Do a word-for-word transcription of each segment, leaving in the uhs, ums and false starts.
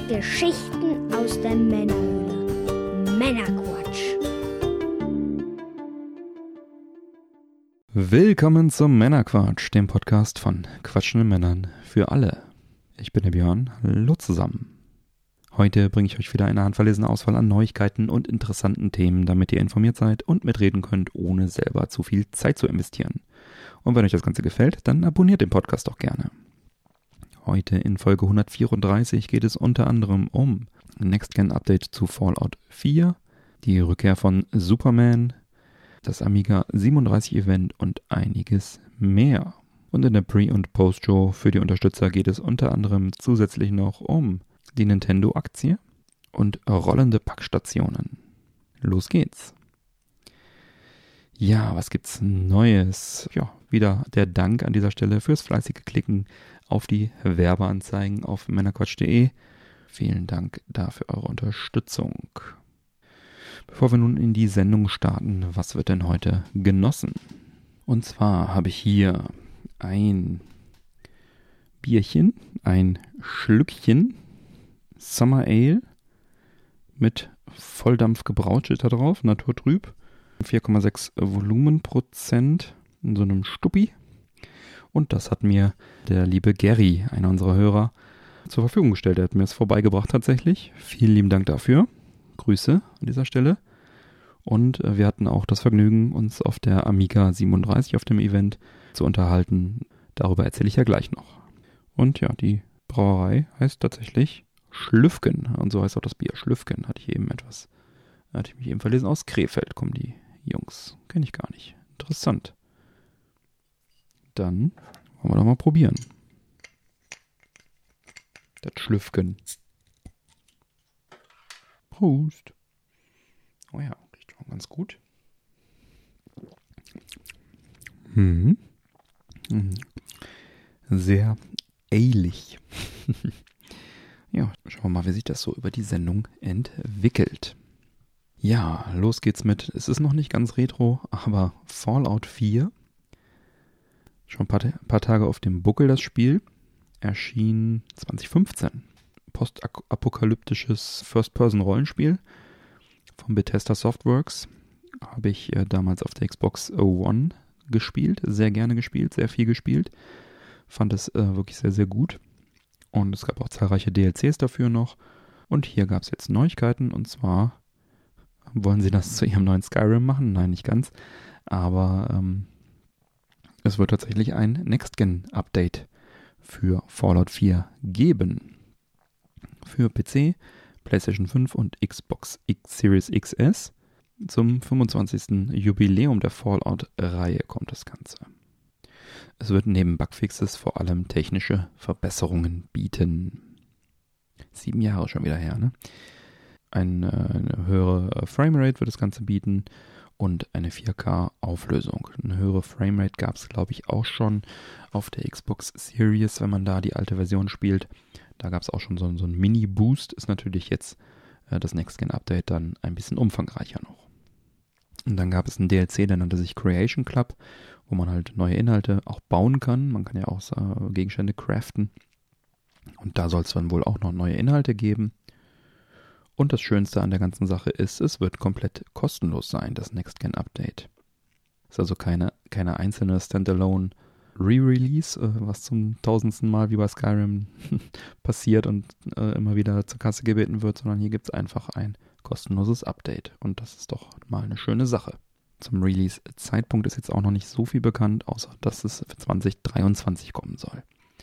Geschichten aus der Männerhöhle. Männerquatsch. Willkommen zum Männerquatsch, dem Podcast von quatschenden Männern für alle. Ich bin der Björn, hallo zusammen. Heute bringe ich euch wieder eine handverlesene Auswahl an Neuigkeiten und interessanten Themen, damit ihr informiert seid und mitreden könnt, ohne selber zu viel Zeit zu investieren. Und wenn euch das Ganze gefällt, dann abonniert den Podcast doch gerne. Heute in Folge hundertvierunddreißig geht es unter anderem um Next-Gen-Update zu Fallout vier, die Rückkehr von Superman, das Amiga siebenunddreißig Event und einiges mehr. Und in der Pre- und Post-Show für die Unterstützer geht es unter anderem zusätzlich noch um die Nintendo-Aktie und rollende Packstationen. Los geht's. Ja, was gibt's Neues? Ja, wieder der Dank an dieser Stelle fürs fleißige Klicken auf die Werbeanzeigen auf männerquatsch punkt de. Vielen Dank dafür eure Unterstützung. Bevor wir nun in die Sendung starten, was wird denn heute genossen? Und zwar habe ich hier ein Bierchen, ein Schlückchen Summer Ale mit Volldampf gebraut, steht da drauf, naturtrüb, vier Komma sechs Volumenprozent in so einem Stuppi. Und das hat mir der liebe Gary, einer unserer Hörer, zur Verfügung gestellt. Er hat mir es vorbeigebracht tatsächlich. Vielen lieben Dank dafür. Grüße an dieser Stelle. Und wir hatten auch das Vergnügen, uns auf der Amiga siebenunddreißig auf dem Event zu unterhalten. Darüber erzähle ich ja gleich noch. Und ja, die Brauerei heißt tatsächlich Schlüffgen. Und so heißt auch das Bier. Schlüffgen hatte ich eben etwas, hatte ich mich eben verlesen. Aus Krefeld kommen die Jungs. Kenne ich gar nicht. Interessant. Dann wollen wir doch mal probieren. Das Schlüffgen. Prost. Oh ja, riecht schon ganz gut. Mhm. Mhm. Sehr ähnlich. Ja, schauen wir mal, wie sich das so über die Sendung entwickelt. Ja, los geht's mit, es ist noch nicht ganz retro, aber Fallout vier. Schon ein paar, paar Tage auf dem Buckel das Spiel. Erschien zwanzig fünfzehn. Postapokalyptisches First-Person-Rollenspiel von Bethesda Softworks. Habe ich äh, damals auf der Xbox One gespielt, sehr gerne gespielt, sehr viel gespielt. Fand es äh, wirklich sehr, sehr gut. Und es gab auch zahlreiche D L Cs dafür noch. Und hier gab es jetzt Neuigkeiten. Und zwar wollen sie das zu ihrem neuen Skyrim machen. Nein, nicht ganz. Aber ähm, es wird tatsächlich ein Next-Gen-Update für Fallout vier geben. Für P C, PlayStation fünf und Xbox X Series X S. Zum fünfundzwanzigsten Jubiläum der Fallout-Reihe kommt das Ganze. Es wird neben Bugfixes vor allem technische Verbesserungen bieten. Sieben Jahre schon wieder her, ne? Eine, eine höhere Framerate wird das Ganze bieten und eine vier K Auflösung. Eine höhere Framerate gab es, glaube ich, auch schon auf der Xbox Series, wenn man da die alte Version spielt. Da gab es auch schon so, so einen Mini-Boost. Ist natürlich jetzt äh, das Next-Gen-Update dann ein bisschen umfangreicher noch. Und dann gab es einen D L C, der nannte sich Creation Club, wo man halt neue Inhalte auch bauen kann. Man kann ja auch äh, Gegenstände craften. Und da soll es dann wohl auch noch neue Inhalte geben. Und das Schönste an der ganzen Sache ist, es wird komplett kostenlos sein, das Next-Gen-Update. Ist also keine, keine einzelne Standalone Re-Release, äh, was zum tausendsten Mal wie bei Skyrim passiert und äh, immer wieder zur Kasse gebeten wird, sondern hier gibt es einfach ein kostenloses Update. Und das ist doch mal eine schöne Sache. Zum Release-Zeitpunkt ist jetzt auch noch nicht so viel bekannt, außer dass es für zwanzig dreiundzwanzig kommen soll.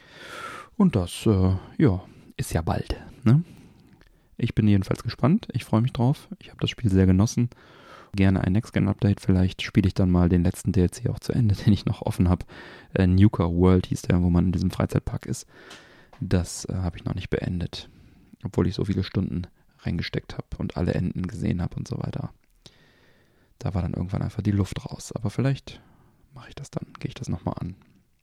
Und das, äh, ja, ist ja bald, ne? Ich bin jedenfalls gespannt. Ich freue mich drauf. Ich habe das Spiel sehr genossen. Gerne ein Next-Gen-Update. Vielleicht spiele ich dann mal den letzten D L C auch zu Ende, den ich noch offen habe. Äh, Nuka World hieß der, wo man in diesem Freizeitpark ist. Das äh, habe ich noch nicht beendet. Obwohl ich so viele Stunden reingesteckt habe und alle Enden gesehen habe und so weiter. Da war dann irgendwann einfach die Luft raus. Aber vielleicht mache ich das dann. Gehe ich das nochmal an.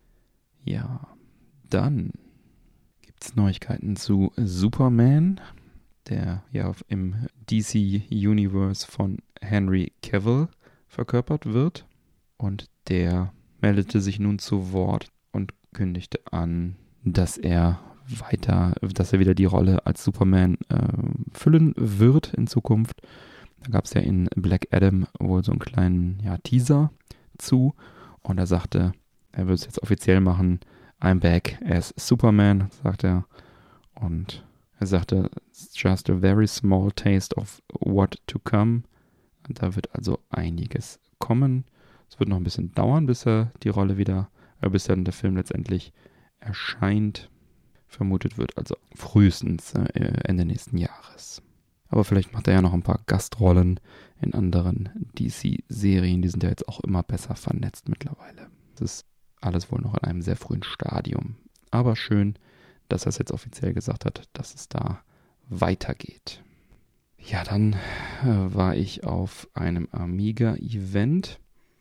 Ja, dann gibt es Neuigkeiten zu Superman, der ja im D C-Universe von Henry Cavill verkörpert wird. Und der meldete sich nun zu Wort und kündigte an, dass er weiter, dass er wieder die Rolle als Superman äh, füllen wird in Zukunft. Da gab es ja in Black Adam wohl so einen kleinen ja, Teaser zu und er sagte, er würde es jetzt offiziell machen, I'm back as Superman, sagt er. Und er sagte, it's just a very small taste of what to come. Da wird also einiges kommen. Es wird noch ein bisschen dauern, bis er die Rolle wieder, äh, bis dann der Film letztendlich erscheint. Vermutet wird also frühestens äh, Ende nächsten Jahres. Aber vielleicht macht er ja noch ein paar Gastrollen in anderen D C-Serien. Die sind ja jetzt auch immer besser vernetzt mittlerweile. Das ist alles wohl noch in einem sehr frühen Stadium. Aber schön, dass er es jetzt offiziell gesagt hat, dass es da weitergeht. Ja, dann äh, war ich auf einem Amiga-Event.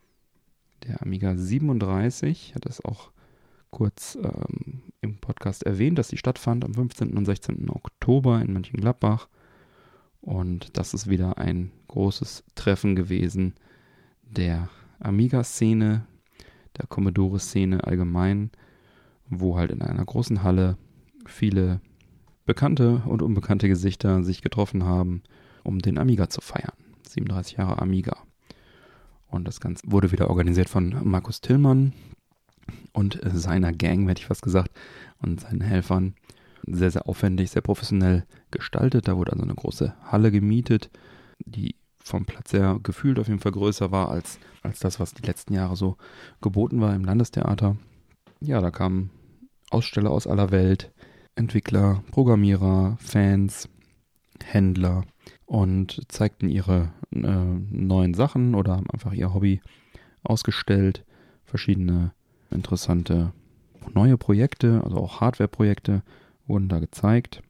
Der Amiga siebenunddreißig hat es auch kurz ähm, im Podcast erwähnt, dass die stattfand am fünfzehnten und sechzehnten Oktober in Mönchengladbach. Und das ist wieder ein großes Treffen gewesen der Amiga-Szene, der Commodore-Szene allgemein, wo halt in einer großen Halle viele bekannte und unbekannte Gesichter sich getroffen haben, um den Amiga zu feiern. siebenunddreißig Jahre Amiga. Und das Ganze wurde wieder organisiert von Markus Tillmann und seiner Gang, hätte ich fast gesagt, und seinen Helfern. Sehr, sehr aufwendig, sehr professionell gestaltet. Da wurde also eine große Halle gemietet, die vom Platz her gefühlt auf jeden Fall größer war als, als das, was die letzten Jahre so geboten war im Landestheater. Ja, da kamen Aussteller aus aller Welt, Entwickler, Programmierer, Fans, Händler und zeigten ihre äh, neuen Sachen oder haben einfach ihr Hobby ausgestellt. Verschiedene interessante neue Projekte, also auch Hardware-Projekte wurden da gezeigt.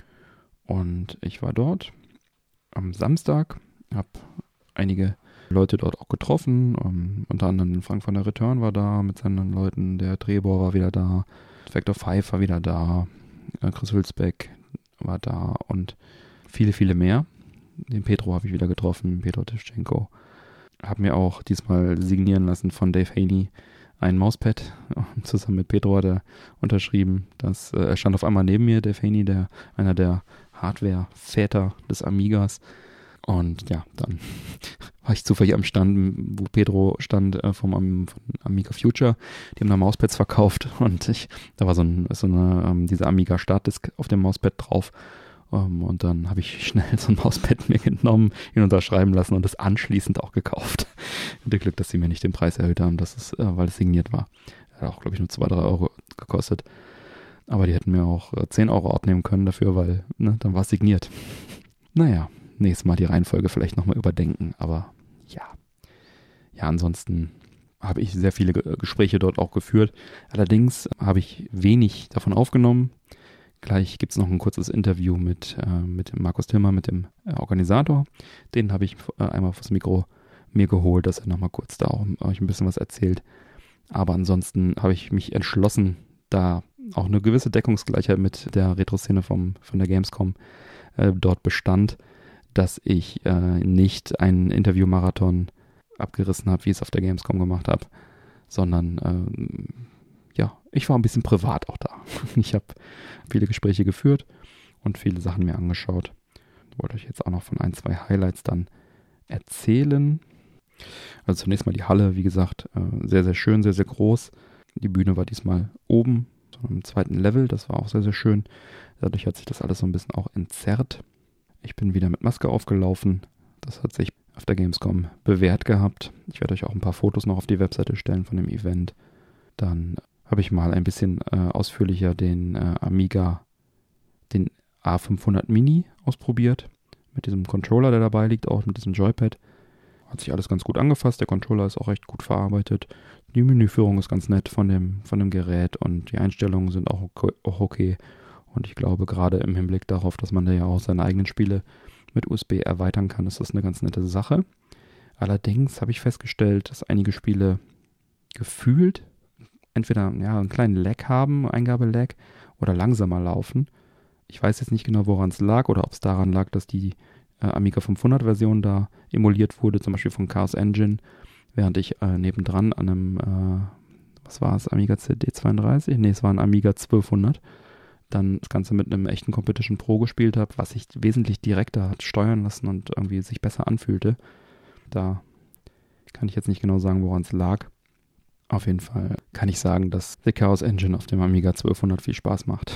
Und ich war dort am Samstag, habe einige Leute dort auch getroffen. Um, unter anderem Frank von der Return war da mit seinen Leuten, der Trebor war wieder da, Vector fünf war wieder da, Chris Hülsbeck war da und viele, viele mehr. Den Petro habe ich wieder getroffen, Petro Tischenko. Habe mir auch diesmal signieren lassen von Dave Haney ein Mauspad. Zusammen mit Petro hat er unterschrieben. Das, äh, er stand auf einmal neben mir, Dave Haney, der, einer der Hardware-Väter des Amigas. Und ja, dann war ich zufällig am Stand, wo Pedro stand äh, vom Am, von Amiga Future. Die haben da Mauspads verkauft und ich, da war so, ein, so eine, ähm, diese Amiga Startdisk auf dem Mauspad drauf. Um, und dann habe ich schnell so ein Mauspad mir genommen, ihn unterschreiben lassen und es anschließend auch gekauft. Ich hatte Glück, dass sie mir nicht den Preis erhöht haben, dass es, äh, weil es signiert war. Hat auch, glaube ich, nur zwei, drei Euro gekostet. Aber die hätten mir auch äh, zehn Euro abnehmen können dafür, weil ne, dann war es signiert. Naja, nächstes Mal die Reihenfolge vielleicht nochmal überdenken. Aber ja, ja, ansonsten habe ich sehr viele G- Gespräche dort auch geführt. Allerdings habe ich wenig davon aufgenommen. Gleich gibt es noch ein kurzes Interview mit, äh, mit dem Markus Tillmann, mit dem äh, Organisator. Den habe ich äh, einmal fürs Mikro mir geholt, dass er nochmal kurz da auch euch ein bisschen was erzählt. Aber ansonsten habe ich mich entschlossen, da auch eine gewisse Deckungsgleichheit mit der Retro-Szene vom, von der Gamescom äh, dort bestand, dass ich äh, nicht einen Interview-Marathon abgerissen habe, wie ich es auf der Gamescom gemacht habe, sondern äh, ja, ich war ein bisschen privat auch da. Ich habe viele Gespräche geführt und viele Sachen mir angeschaut. Ich wollte euch jetzt auch noch von ein, zwei Highlights dann erzählen. Also zunächst mal die Halle, wie gesagt, sehr, sehr schön, sehr, sehr groß. Die Bühne war diesmal oben, so im zweiten Level. Das war auch sehr, sehr schön. Dadurch hat sich das alles so ein bisschen auch entzerrt. Ich bin wieder mit Maske aufgelaufen. Das hat sich auf der Gamescom bewährt gehabt. Ich werde euch auch ein paar Fotos noch auf die Webseite stellen von dem Event. Dann habe ich mal ein bisschen äh, ausführlicher den äh, Amiga, den A fünfhundert Mini ausprobiert. Mit diesem Controller, der dabei liegt, auch mit diesem Joypad. Hat sich alles ganz gut angefasst. Der Controller ist auch recht gut verarbeitet. Die Menüführung ist ganz nett von dem, von dem Gerät und die Einstellungen sind auch okay, auch okay. Und ich glaube, gerade im Hinblick darauf, dass man da ja auch seine eigenen Spiele mit U S B erweitern kann, ist das eine ganz nette Sache. Allerdings habe ich festgestellt, dass einige Spiele gefühlt entweder ja, einen kleinen Lag haben, Eingabelag, oder langsamer laufen. Ich weiß jetzt nicht genau, woran es lag oder ob es daran lag, dass die äh, Amiga fünfhundert-Version da emuliert wurde, zum Beispiel von Chaos Engine, während ich äh, nebendran an einem, äh, was war es, Amiga C D zweiunddreißig? Ne, es war ein Amiga zwölfhundert, dann das Ganze mit einem echten Competition Pro gespielt habe, was sich wesentlich direkter hat steuern lassen und irgendwie sich besser anfühlte. Da kann ich jetzt nicht genau sagen, woran es lag. Auf jeden Fall kann ich sagen, dass The Chaos Engine auf dem Amiga zwölfhundert viel Spaß macht.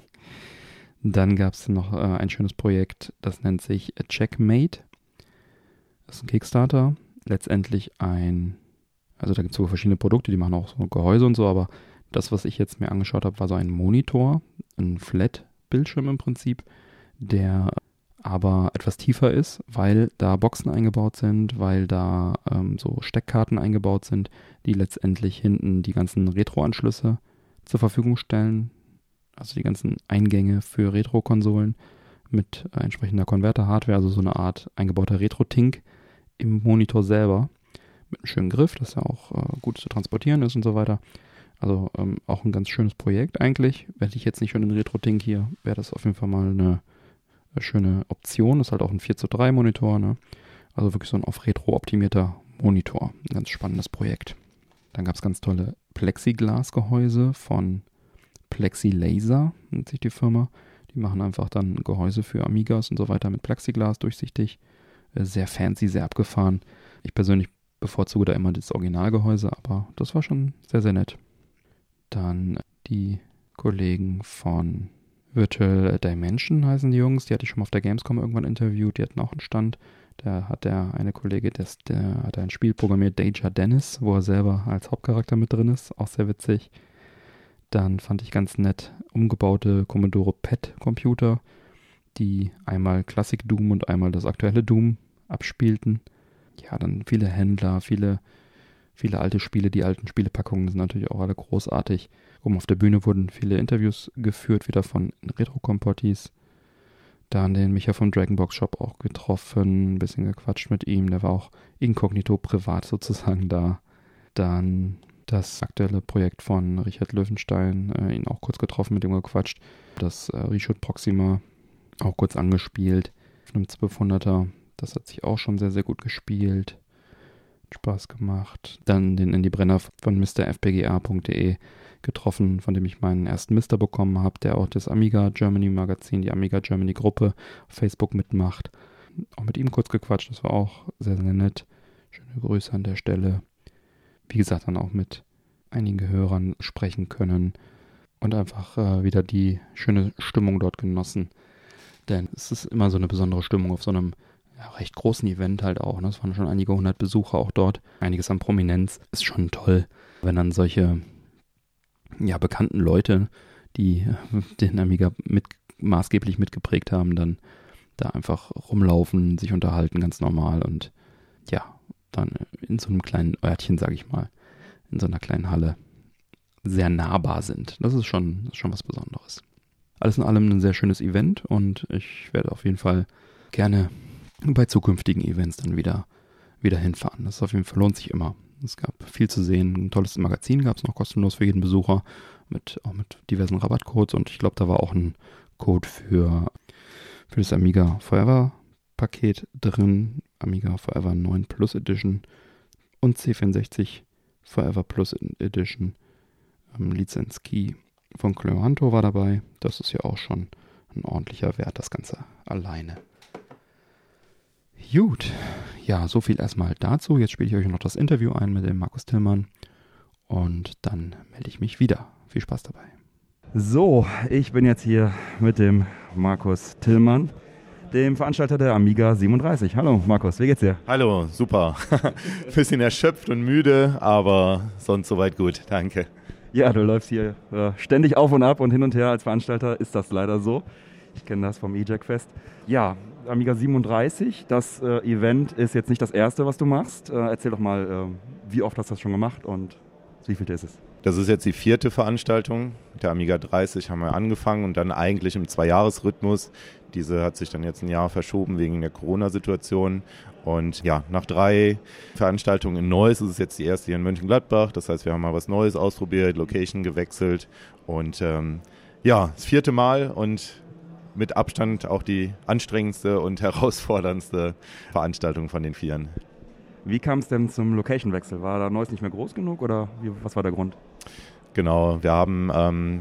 Dann gab es noch äh, ein schönes Projekt, das nennt sich Checkmate. Das ist ein Kickstarter. Letztendlich ein, also da gibt es sogar verschiedene Produkte, die machen auch so Gehäuse und so, aber das, was ich jetzt mir angeschaut habe, war so ein Monitor, ein Flat-Bildschirm im Prinzip, der aber etwas tiefer ist, weil da Boxen eingebaut sind, weil da ähm, so Steckkarten eingebaut sind, die letztendlich hinten die ganzen Retro-Anschlüsse zur Verfügung stellen. Also die ganzen Eingänge für Retro-Konsolen mit äh, entsprechender Konverter-Hardware, also so eine Art eingebauter Retro-Tink im Monitor selber. Mit einem schönen Griff, dass er auch äh, gut zu transportieren ist und so weiter. Also ähm, auch ein ganz schönes Projekt eigentlich. Hätte ich jetzt nicht schon den Retro-Tink hier, wäre das auf jeden Fall mal eine schöne Option. Ist halt auch ein vier zu drei Monitor, ne? Also wirklich so ein auf Retro optimierter Monitor. Ein ganz spannendes Projekt. Dann gab es ganz tolle Plexiglas-Gehäuse von Plexilaser, nennt sich die Firma. Die machen einfach dann Gehäuse für Amigas und so weiter mit Plexiglas durchsichtig. Sehr fancy, sehr abgefahren. Ich persönlich bevorzuge da immer das Originalgehäuse, aber das war schon sehr, sehr nett. Dann die Kollegen von Virtual Dimension heißen die Jungs, die hatte ich schon mal auf der Gamescom irgendwann interviewt, die hatten auch einen Stand. Da hat der eine Kollege, der, der hat ein Spiel programmiert, Deja Dennis, wo er selber als Hauptcharakter mit drin ist, auch sehr witzig. Dann fand ich ganz nett umgebaute Commodore P E T-Computer, die einmal Classic Doom und einmal das aktuelle Doom abspielten. Ja, dann viele Händler, viele, viele alte Spiele, die alten Spielepackungen sind natürlich auch alle großartig. Oben auf der Bühne wurden viele Interviews geführt, wieder von Retro-Kompottis. Dann den Micha vom Dragonbox Shop auch getroffen, ein bisschen gequatscht mit ihm, der war auch inkognito privat sozusagen da. Dann das aktuelle Projekt von Richard Löwenstein, äh, ihn auch kurz getroffen, mit ihm gequatscht. Das äh, Reshoot Proxima auch kurz angespielt, von einem zwölfhunderter, das hat sich auch schon sehr, sehr gut gespielt. Spaß gemacht. Dann den Andy Brenner von Mister F P G A punkt de getroffen, von dem ich meinen ersten Mister bekommen habe, der auch das Amiga Germany Magazin, die Amiga Germany Gruppe auf Facebook mitmacht. Auch mit ihm kurz gequatscht, das war auch sehr, sehr nett. Schöne Grüße an der Stelle. Wie gesagt, dann auch mit einigen Hörern sprechen können und einfach äh, wieder die schöne Stimmung dort genossen. Denn es ist immer so eine besondere Stimmung auf so einem ja, recht großen Event halt auch. Ne? Es waren schon einige hundert Besucher auch dort. Einiges an Prominenz. Ist schon toll, wenn dann solche ja, bekannten Leute, die den Amiga mit, maßgeblich mitgeprägt haben, dann da einfach rumlaufen, sich unterhalten, ganz normal und ja, dann in so einem kleinen Örtchen, sag ich mal, in so einer kleinen Halle sehr nahbar sind. Das ist schon, das ist schon was Besonderes. Alles in allem ein sehr schönes Event und ich werde auf jeden Fall gerne bei zukünftigen Events dann wieder, wieder hinfahren. Das auf jeden Fall lohnt sich immer. Es gab viel zu sehen. Ein tolles Magazin gab es noch kostenlos für jeden Besucher, mit, auch mit diversen Rabattcodes und ich glaube, da war auch ein Code für, für das Amiga Forever Paket drin. Amiga Forever neun Plus Edition und C vierundsechzig Forever Plus Edition. Ähm, Lizenz Key von Cleohanto war dabei. Das ist ja auch schon ein ordentlicher Wert, das Ganze alleine. Gut, ja, so viel erstmal dazu. Jetzt spiele ich euch noch das Interview ein mit dem Markus Tillmann und dann melde ich mich wieder. Viel Spaß dabei. So, ich bin jetzt hier mit dem Markus Tillmann, dem Veranstalter der Amiga siebenunddreißig. Hallo Markus, wie geht's dir? Hallo, super. Bisschen erschöpft und müde, aber sonst soweit gut, danke. Ja, du läufst hier äh, ständig auf und ab und hin und her. Als Veranstalter ist das leider so. Ich kenne das vom E J A C Fest. Ja, Amiga siebenunddreißig, das äh, Event ist jetzt nicht das erste, was du machst. Äh, erzähl doch mal, äh, wie oft hast du das schon gemacht und wie viel ist es? Das ist jetzt die vierte Veranstaltung. Mit der Amiga dreißig haben wir angefangen und dann eigentlich im Zweijahresrhythmus. Diese hat sich dann jetzt ein Jahr verschoben wegen der Corona-Situation. Und ja, nach drei Veranstaltungen in Neuss ist es jetzt die erste hier in Mönchengladbach. Das heißt, wir haben mal was Neues ausprobiert, Location gewechselt und ähm, ja, das vierte Mal und mit Abstand auch die anstrengendste und herausforderndste Veranstaltung von den Vieren. Wie kam es denn zum Location-Wechsel? War da Neuss nicht mehr groß genug oder wie, was war der Grund? Genau, wir haben ähm,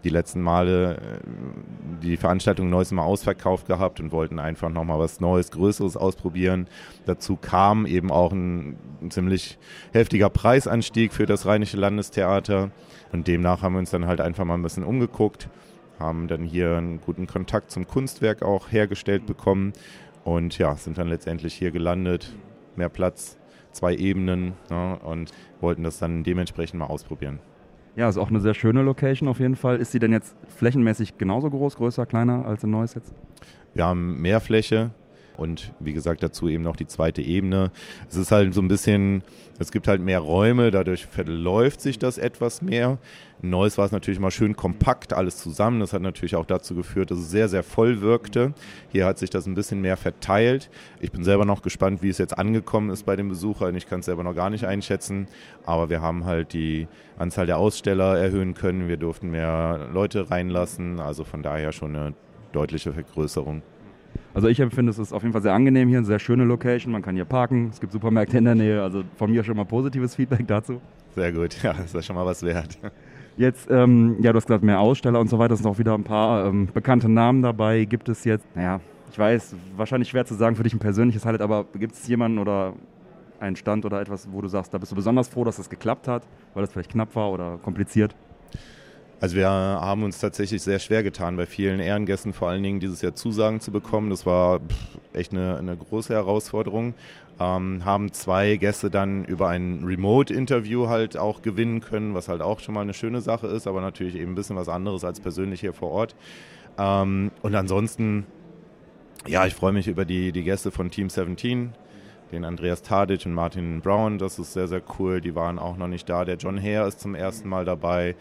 die letzten Male die Veranstaltung Neues Mal ausverkauft gehabt und wollten einfach nochmal was Neues, Größeres ausprobieren. Dazu kam eben auch ein, ein ziemlich heftiger Preisanstieg für das Rheinische Landestheater und demnach haben wir uns dann halt einfach mal ein bisschen umgeguckt, haben dann hier einen guten Kontakt zum Kunstwerk auch hergestellt bekommen und ja, sind dann letztendlich hier gelandet, mehr Platz, zwei Ebenen, ja, und wollten das dann dementsprechend mal ausprobieren. Ja, ist auch eine sehr schöne Location auf jeden Fall. Ist sie denn jetzt flächenmäßig genauso groß, größer, kleiner als in Neuss jetzt? Wir haben mehr Fläche und wie gesagt dazu eben noch die zweite Ebene. Es ist halt so ein bisschen, es gibt halt mehr Räume, dadurch verläuft sich das etwas mehr. In Neuss war es natürlich mal schön kompakt, alles zusammen. Das hat natürlich auch dazu geführt, dass es sehr, sehr voll wirkte. Hier hat sich das ein bisschen mehr verteilt. Ich bin selber noch gespannt, wie es jetzt angekommen ist bei den Besuchern. Ich kann es selber noch gar nicht einschätzen. Aber wir haben halt die Anzahl der Aussteller erhöhen können. Wir durften mehr Leute reinlassen. Also von daher schon eine deutliche Vergrößerung. Also ich empfinde, es ist auf jeden Fall sehr angenehm hier, eine sehr schöne Location. Man kann hier parken, es gibt Supermärkte in der Nähe. Also von mir schon mal positives Feedback dazu. Sehr gut, ja, ist ja schon mal was wert. Jetzt, ähm, ja, du hast gesagt, mehr Aussteller und so weiter, es sind auch wieder ein paar ähm, bekannte Namen dabei. Gibt es jetzt, naja, ich weiß, wahrscheinlich schwer zu sagen für dich ein persönliches Highlight, aber gibt es jemanden oder einen Stand oder etwas, wo du sagst, da bist du besonders froh, dass das geklappt hat, weil das vielleicht knapp war oder kompliziert? Also wir haben uns tatsächlich sehr schwer getan, bei vielen Ehrengästen vor allen Dingen dieses Jahr Zusagen zu bekommen. Das war pff, echt eine, eine große Herausforderung. Ähm, haben zwei Gäste dann über ein Remote-Interview halt auch gewinnen können, was halt auch schon mal eine schöne Sache ist, aber natürlich eben ein bisschen was anderes als persönlich hier vor Ort. Ähm, und ansonsten, ja, ich freue mich über die, die Gäste von Team siebzehn, den Andreas Tadic und Martin Brown, das ist sehr, sehr cool. Die waren auch noch nicht da. Der John Hare ist zum ersten Mal dabei.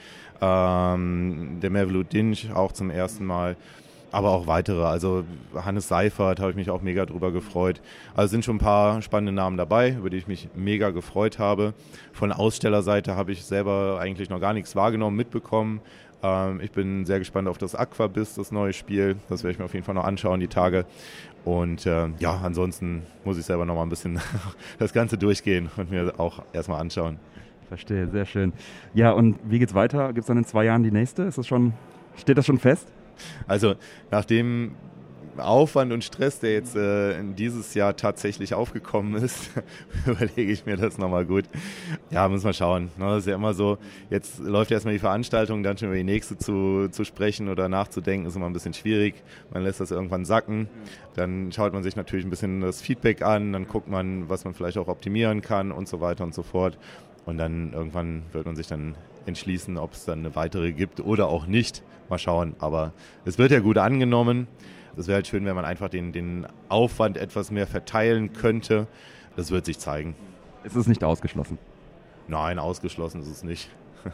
Ähm, der Mevlut Dinch auch zum ersten Mal. Aber auch weitere. Also Hannes Seifert habe ich mich auch mega drüber gefreut. Also sind schon ein paar spannende Namen dabei, über die ich mich mega gefreut habe. Von Ausstellerseite habe ich selber eigentlich noch gar nichts wahrgenommen, mitbekommen. Ähm, ich bin sehr gespannt auf das Aquabiz, das neue Spiel. Das werde ich mir auf jeden Fall noch anschauen, die Tage. Und äh, ja, ansonsten muss ich selber noch mal ein bisschen das Ganze durchgehen und mir auch erstmal anschauen. Verstehe, sehr schön. Ja, und wie geht's weiter? Gibt es dann in zwei Jahren die nächste? Ist das schon, steht das schon fest? Also nach dem Aufwand und Stress, der jetzt äh, dieses Jahr tatsächlich aufgekommen ist, überlege ich mir das nochmal gut. Ja, muss man schauen. Ne? Das ist ja immer so, jetzt läuft erstmal die Veranstaltung, dann schon über die nächste zu, zu sprechen oder nachzudenken, ist immer ein bisschen schwierig. Man lässt das irgendwann sacken. Dann schaut man sich natürlich ein bisschen das Feedback an, dann guckt man, was man vielleicht auch optimieren kann und so weiter und so fort. Und dann irgendwann wird man sich dann entschließen, ob es dann eine weitere gibt oder auch nicht. Mal schauen. Aber es wird ja gut angenommen. Es wäre halt schön, wenn man einfach den, den Aufwand etwas mehr verteilen könnte. Das wird sich zeigen. Es ist nicht ausgeschlossen. Nein, ausgeschlossen ist es nicht.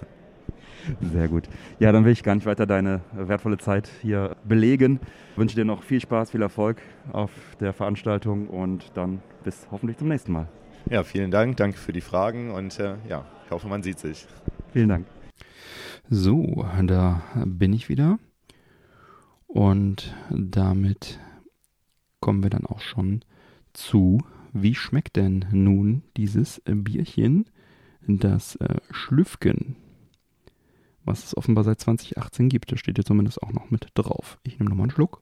Sehr gut. Ja, dann will ich gar nicht weiter deine wertvolle Zeit hier belegen. Ich wünsche dir noch viel Spaß, viel Erfolg auf der Veranstaltung und dann bis hoffentlich zum nächsten Mal. Ja, vielen Dank. Danke für die Fragen und äh, ja, ich hoffe, man sieht sich. Vielen Dank. So, da bin ich wieder. Und damit kommen wir dann auch schon zu, wie schmeckt denn nun dieses Bierchen, das äh, Schlüffgen, was es offenbar seit zwanzig achtzehn gibt. Das steht ja zumindest auch noch mit drauf. Ich nehme nochmal einen Schluck.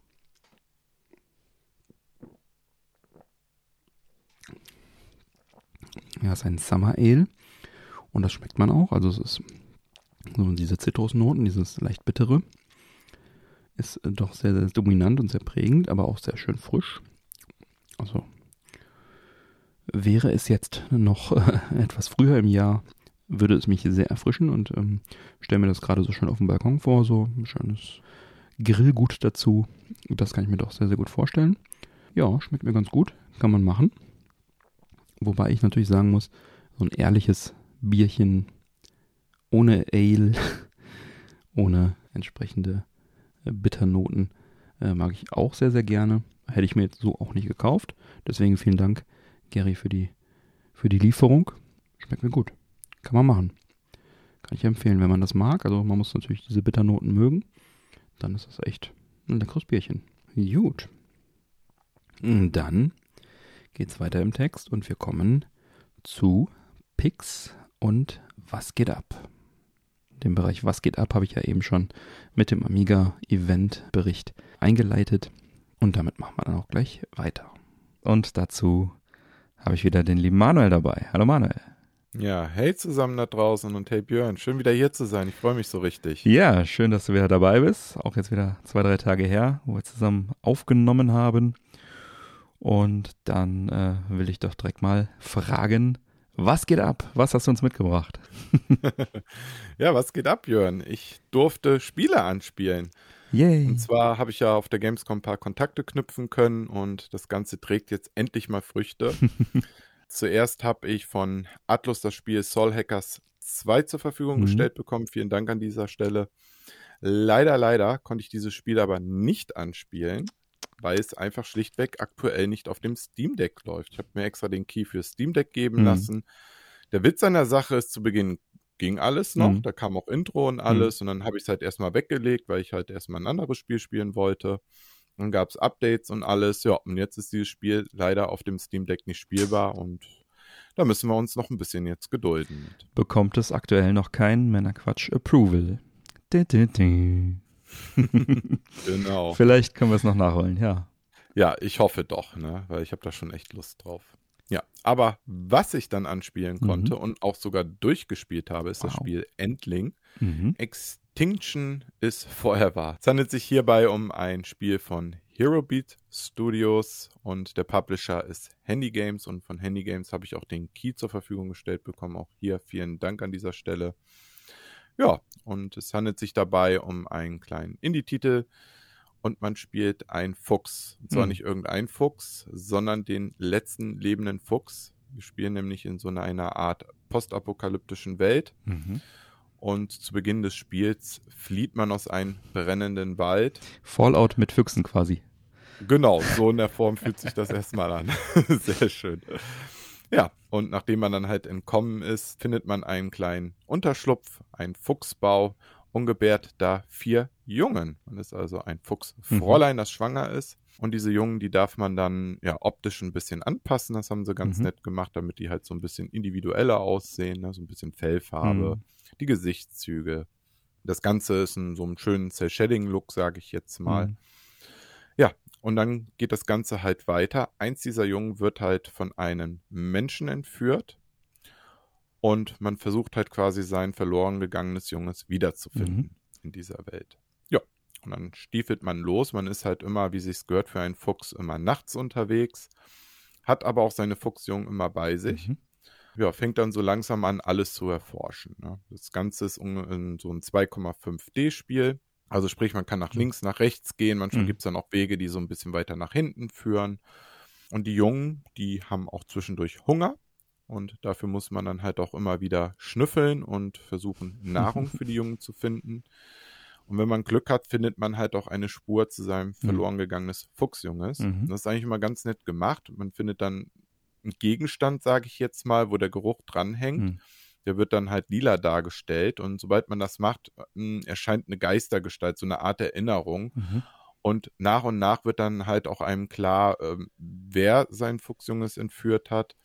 Ja, es ist ein Summer Ale und das schmeckt man auch. Also es ist so diese Zitrusnoten, dieses leicht bittere. Ist doch sehr, sehr dominant und sehr prägend, aber auch sehr schön frisch. Also wäre es jetzt noch äh, etwas früher im Jahr, würde es mich sehr erfrischen und ähm, stelle mir das gerade so schön auf dem Balkon vor, so ein schönes Grillgut dazu. Das kann ich mir doch sehr, sehr gut vorstellen. Ja, schmeckt mir ganz gut, kann man machen. Wobei ich natürlich sagen muss, so ein ehrliches Bierchen ohne Ale, ohne entsprechende Bitternoten äh, mag ich auch sehr, sehr gerne. Hätte ich mir jetzt so auch nicht gekauft. Deswegen vielen Dank, Gary, für die, für die Lieferung. Schmeckt mir gut. Kann man machen. Kann ich empfehlen, wenn man das mag. Also man muss natürlich diese Bitternoten mögen. Dann ist das echt ein leckeres Bierchen. Gut. Dann geht's weiter im Text und wir kommen zu Picks und was geht ab. Den Bereich Was geht ab habe ich ja eben schon mit dem Amiga-Event-Bericht eingeleitet. Und damit machen wir dann auch gleich weiter. Und dazu habe ich wieder den lieben Manuel dabei. Hallo Manuel. Ja, hey zusammen da draußen und hey Björn, schön wieder hier zu sein. Ich freue mich so richtig. Ja, schön, dass du wieder dabei bist. Auch jetzt wieder zwei, drei Tage her, wo wir zusammen aufgenommen haben. Und dann äh, will ich doch direkt mal fragen, was geht ab? Was hast du uns mitgebracht? Ja, was geht ab, Björn? Ich durfte Spiele anspielen. Yay. Und zwar habe ich ja auf der Gamescom ein paar Kontakte knüpfen können und das Ganze trägt jetzt endlich mal Früchte. Zuerst habe ich von Atlus das Spiel Soul Hackers zwei zur Verfügung Mhm. gestellt bekommen. Vielen Dank an dieser Stelle. Leider, leider konnte ich dieses Spiel aber nicht anspielen, weil es einfach schlichtweg aktuell nicht auf dem Steam Deck läuft. Ich habe mir extra den Key für Steam Deck geben Mhm. lassen. Der Witz an der Sache ist, zu Beginn ging alles noch. Mhm. Da kam auch Intro und alles. Und dann habe ich es halt erstmal weggelegt, weil ich halt erstmal ein anderes Spiel spielen wollte. Dann gab es Updates und alles. Ja, und jetzt ist dieses Spiel leider auf dem Steam Deck nicht spielbar. Und da müssen wir uns noch ein bisschen jetzt gedulden mit. Bekommt es aktuell noch kein Männerquatsch Approval. Di, di, di. Genau. Vielleicht können wir es noch nachholen, ja. Ja, ich hoffe doch, ne? Weil ich habe da schon echt Lust drauf. Ja, aber was ich dann anspielen Mhm. konnte und auch sogar durchgespielt habe, ist das Wow. Spiel Endling. Mhm. Extinction is Forever. Es handelt sich hierbei um ein Spiel von Herobeat Studios und der Publisher ist Handy Games und von Handy Games habe ich auch den Key zur Verfügung gestellt bekommen. Auch hier vielen Dank an dieser Stelle. Ja, und es handelt sich dabei um einen kleinen Indie-Titel und man spielt einen Fuchs. Und zwar Hm. nicht irgendein Fuchs, sondern den letzten lebenden Fuchs. Wir spielen nämlich in so einer, einer Art postapokalyptischen Welt. Mhm. Und zu Beginn des Spiels flieht man aus einem brennenden Wald. Fallout mit Füchsen quasi. Genau, so in der Form fühlt sich das erstmal an. Sehr schön. Ja, und nachdem man dann halt entkommen ist, findet man einen kleinen Unterschlupf, einen Fuchsbau und gebärt da vier Jungen. Man ist also ein Fuchsfräulein, das schwanger ist. Und diese Jungen, die darf man dann ja optisch ein bisschen anpassen. Das haben sie ganz Mhm. nett gemacht, damit die halt so ein bisschen individueller aussehen, ne? So ein bisschen Fellfarbe, Mhm. die Gesichtszüge. Das Ganze ist in so einem schönen Cel-Shading-Look, sage ich jetzt mal. Mhm. Ja, und dann geht das Ganze halt weiter. Eins dieser Jungen wird halt von einem Menschen entführt und man versucht halt quasi sein verloren gegangenes Junges wiederzufinden Mhm. in dieser Welt. Ja, und dann stiefelt man los. Man ist halt immer, wie sich's gehört, für einen Fuchs immer nachts unterwegs, hat aber auch seine Fuchsjungen immer bei sich. Mhm. Ja, fängt dann so langsam an, alles zu erforschen. Ne? Das Ganze ist un- in so ein zwei Komma fünf D-Spiel. Also sprich, man kann nach links, nach rechts gehen. Manchmal Mhm. gibt es dann auch Wege, die so ein bisschen weiter nach hinten führen. Und die Jungen, die haben auch zwischendurch Hunger. Und dafür muss man dann halt auch immer wieder schnüffeln und versuchen, Nahrung für die Jungen zu finden. Und wenn man Glück hat, findet man halt auch eine Spur zu seinem verloren gegangenes Fuchsjunges. Mhm. Das ist eigentlich immer ganz nett gemacht. Man findet dann einen Gegenstand, sage ich jetzt mal, wo der Geruch dranhängt. Mhm. Der wird dann halt lila dargestellt und sobald man das macht, mh, erscheint eine Geistergestalt, so eine Art Erinnerung. Mhm. Und nach und nach wird dann halt auch einem klar, ähm, wer sein Fuchsjunges entführt hat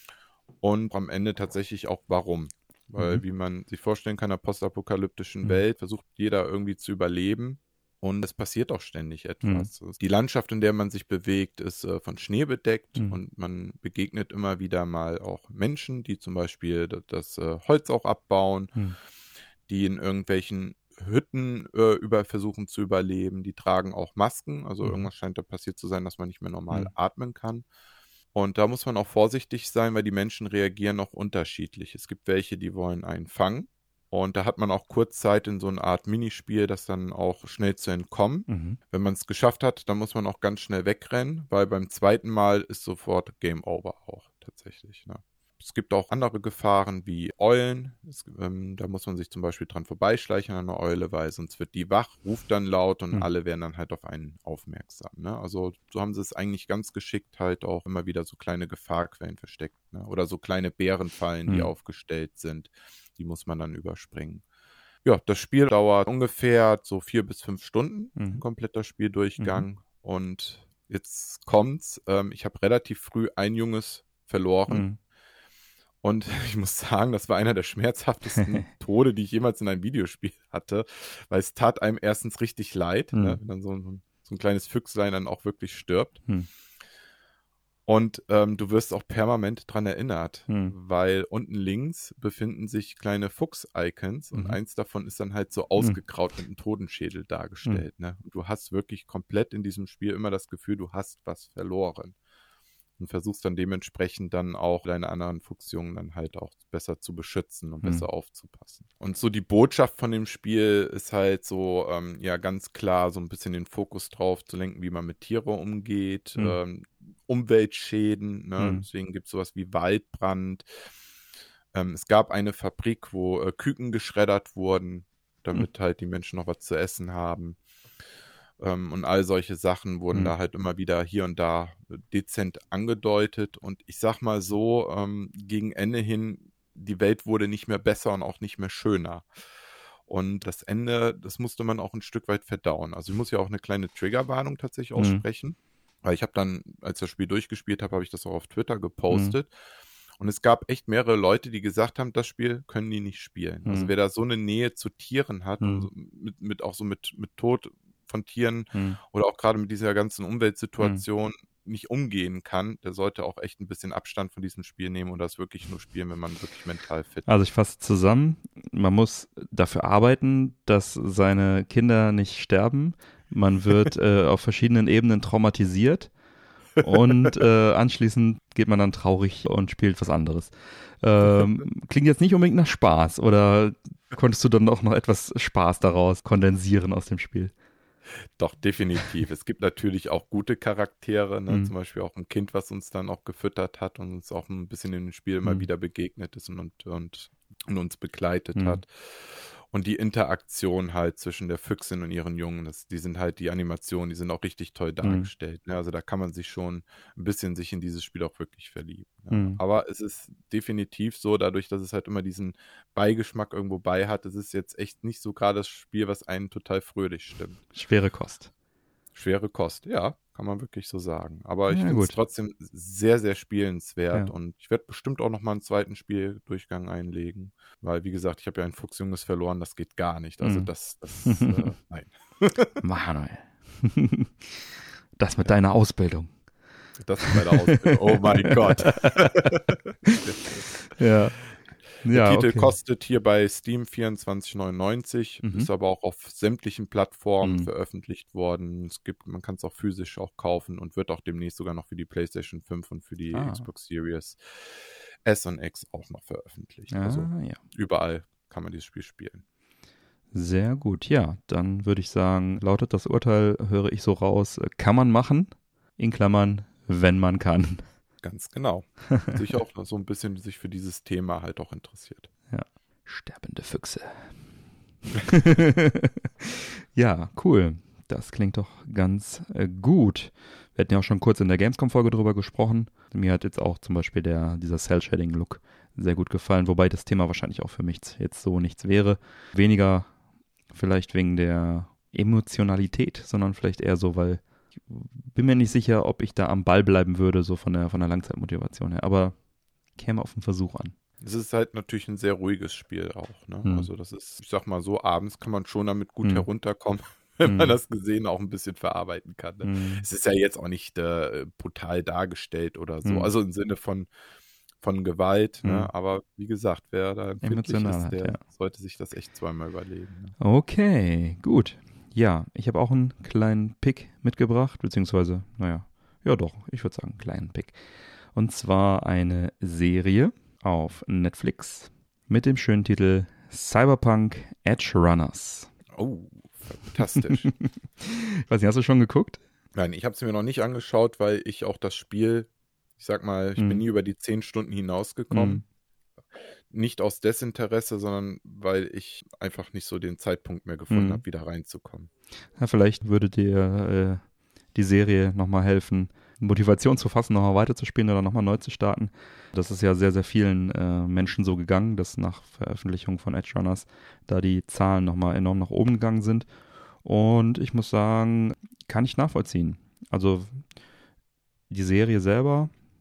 und am Ende tatsächlich auch warum. Weil, Mhm. wie man sich vorstellen kann, in einer postapokalyptischen Mhm. Welt versucht jeder irgendwie zu überleben. Und es passiert auch ständig etwas. Die Landschaft, in der man sich bewegt, ist äh, von Schnee bedeckt Mhm. und man begegnet immer wieder mal auch Menschen, die zum Beispiel das, das äh, Holz auch abbauen, Mhm. die in irgendwelchen Hütten äh, über versuchen zu überleben. Die tragen auch Masken, also Mhm. irgendwas scheint da passiert zu sein, dass man nicht mehr normal Mhm. atmen kann. Und da muss man auch vorsichtig sein, weil die Menschen reagieren auch unterschiedlich. Es gibt welche, die wollen einen fangen. Und da hat man auch kurz Zeit in so eine Art Minispiel, das dann auch schnell zu entkommen. Mhm. Wenn man es geschafft hat, dann muss man auch ganz schnell wegrennen, weil beim zweiten Mal ist sofort Game Over auch tatsächlich. Ne? Es gibt auch andere Gefahren wie Eulen. Es, ähm, da muss man sich zum Beispiel dran vorbeischleichen an einer Eule, weil sonst wird die wach, ruft dann laut und Mhm. alle werden dann halt auf einen aufmerksam. Ne? Also so haben sie es eigentlich ganz geschickt halt auch immer wieder so kleine Gefahrquellen versteckt. Ne? Oder so kleine Bärenfallen, die Mhm. aufgestellt sind. Die muss man dann überspringen. Ja, das Spiel dauert ungefähr so vier bis fünf Stunden, Mhm. ein kompletter Spieldurchgang. Und jetzt kommt's. Ähm, ich habe relativ früh ein Junges verloren. Mhm. Und ich muss sagen, das war einer der schmerzhaftesten Tode, die ich jemals in einem Videospiel hatte, weil es tat einem erstens richtig leid, hm. ne, wenn dann so ein, so ein kleines Füchslein dann auch wirklich stirbt. Hm. Und ähm, du wirst auch permanent dran erinnert, hm. weil unten links befinden sich kleine Fuchs-Icons und mhm. eins davon ist dann halt so ausgegraut hm. mit einem Totenschädel dargestellt. Hm. Ne? Und du hast wirklich komplett in diesem Spiel immer das Gefühl, du hast was verloren. Und versuchst dann dementsprechend dann auch deine anderen Fuchsjungen dann halt auch besser zu beschützen und hm. besser aufzupassen. Und so die Botschaft von dem Spiel ist halt so, ähm, ja ganz klar so ein bisschen den Fokus drauf zu lenken, wie man mit Tieren umgeht, hm. ähm, Umweltschäden, ne? hm. deswegen gibt es sowas wie Waldbrand. Ähm, es gab eine Fabrik, wo äh, Küken geschreddert wurden, damit hm. halt die Menschen noch was zu essen haben. Und all solche Sachen wurden mhm. da halt immer wieder hier und da dezent angedeutet. Und ich sag mal so, ähm, gegen Ende hin, die Welt wurde nicht mehr besser und auch nicht mehr schöner. Und das Ende, das musste man auch ein Stück weit verdauen. Also ich muss ja auch eine kleine Triggerwarnung tatsächlich mhm. aussprechen. Weil ich habe dann, als ich das Spiel durchgespielt habe, habe ich das auch auf Twitter gepostet. Mhm. Und es gab echt mehrere Leute, die gesagt haben, das Spiel können die nicht spielen. Mhm. Also wer da so eine Nähe zu Tieren hat, mhm. und so mit, mit auch so mit, mit Tod von Tieren hm. oder auch gerade mit dieser ganzen Umweltsituation hm. nicht umgehen kann, der sollte auch echt ein bisschen Abstand von diesem Spiel nehmen und das wirklich nur spielen, wenn man wirklich mental fit ist. Also ich fasse zusammen, man muss dafür arbeiten, dass seine Kinder nicht sterben. Man wird äh, auf verschiedenen Ebenen traumatisiert und äh, anschließend geht man dann traurig und spielt was anderes. Ähm, klingt jetzt nicht unbedingt nach Spaß, oder konntest du dann auch noch etwas Spaß daraus kondensieren aus dem Spiel? Doch, definitiv. Es gibt natürlich auch gute Charaktere, ne? mhm. zum Beispiel auch ein Kind, was uns dann auch gefüttert hat und uns auch ein bisschen in dem Spiel mhm. immer wieder begegnet ist und, und, und, und uns begleitet mhm. hat. Und die Interaktion halt zwischen der Füchsin und ihren Jungen, das, die sind halt, die Animationen, die sind auch richtig toll dargestellt. Mhm. Ne? Also da kann man sich schon ein bisschen sich in dieses Spiel auch wirklich verlieben. Ne? Mhm. Aber es ist definitiv so, dadurch, dass es halt immer diesen Beigeschmack irgendwo bei hat, es ist jetzt echt nicht so gerade das Spiel, was einen total fröhlich stimmt. Schwere Kost. Schwere Kost, ja, kann man wirklich so sagen. Aber ich ja, finde es trotzdem sehr, sehr spielenswert ja. und ich werde bestimmt auch nochmal einen zweiten Spieldurchgang einlegen, weil, wie gesagt, ich habe ja ein Fuchsjunges verloren, das geht gar nicht. Also mhm. das, das äh, nein. Manuel, das mit ja. deiner Ausbildung. Das mit meiner Ausbildung, oh mein Gott. ja. Der ja, Titel okay. kostet hier bei Steam vierundzwanzig neunundneunzig, mhm. ist aber auch auf sämtlichen Plattformen mhm. veröffentlicht worden. Es gibt, man kann es auch physisch auch kaufen und wird auch demnächst sogar noch für die PlayStation fünf und für die ah. Xbox Series S und X auch noch veröffentlicht. Ah, also ja. überall kann man dieses Spiel spielen. Sehr gut, ja, dann würde ich sagen, lautet das Urteil, höre ich so raus, kann man machen, in Klammern, wenn man kann. Ganz genau. Sich auch so ein bisschen sich für dieses Thema halt auch interessiert. Ja, sterbende Füchse. Ja, cool. Das klingt doch ganz äh, gut. Wir hatten ja auch schon kurz in der Gamescom-Folge drüber gesprochen. Mir hat jetzt auch zum Beispiel der, dieser Cell-Shading-Look sehr gut gefallen, wobei das Thema wahrscheinlich auch für mich jetzt so nichts wäre. Weniger vielleicht wegen der Emotionalität, sondern vielleicht eher so, weil ich bin mir nicht sicher, ob ich da am Ball bleiben würde, so von der, von der Langzeitmotivation her. Aber käme auf den Versuch an. Es ist halt natürlich ein sehr ruhiges Spiel auch. Ne? Hm. Also das ist, ich sag mal so, abends kann man schon damit gut hm. herunterkommen, wenn hm. man das Gesehene auch ein bisschen verarbeiten kann. Ne? Hm. Es ist ja jetzt auch nicht äh, brutal dargestellt oder so. Hm. Also im Sinne von, von Gewalt. Hm. Ne? Aber wie gesagt, wer da empfindlich Emotional ist, der hat, ja. sollte sich das echt zweimal überlegen. Ne? Okay, gut. Ja, ich habe auch einen kleinen Pick mitgebracht, beziehungsweise, naja, ja doch, ich würde sagen, einen kleinen Pick. Und zwar eine Serie auf Netflix mit dem schönen Titel Cyberpunk Edge Runners. Oh, fantastisch. Ich weiß nicht, hast du schon geguckt? Nein, ich habe es mir noch nicht angeschaut, weil ich auch das Spiel, ich sag mal, ich hm. bin nie über die zehn Stunden hinausgekommen. Hm. Nicht aus Desinteresse, sondern weil ich einfach nicht so den Zeitpunkt mehr gefunden hm. habe, wieder reinzukommen. Ja, vielleicht würde dir äh, die Serie nochmal helfen, Motivation zu fassen, nochmal weiterzuspielen oder nochmal neu zu starten. Das ist ja sehr, sehr vielen äh, Menschen so gegangen, dass nach Veröffentlichung von Edge Runners da die Zahlen nochmal enorm nach oben gegangen sind. Und ich muss sagen, kann ich nachvollziehen. Also die Serie selber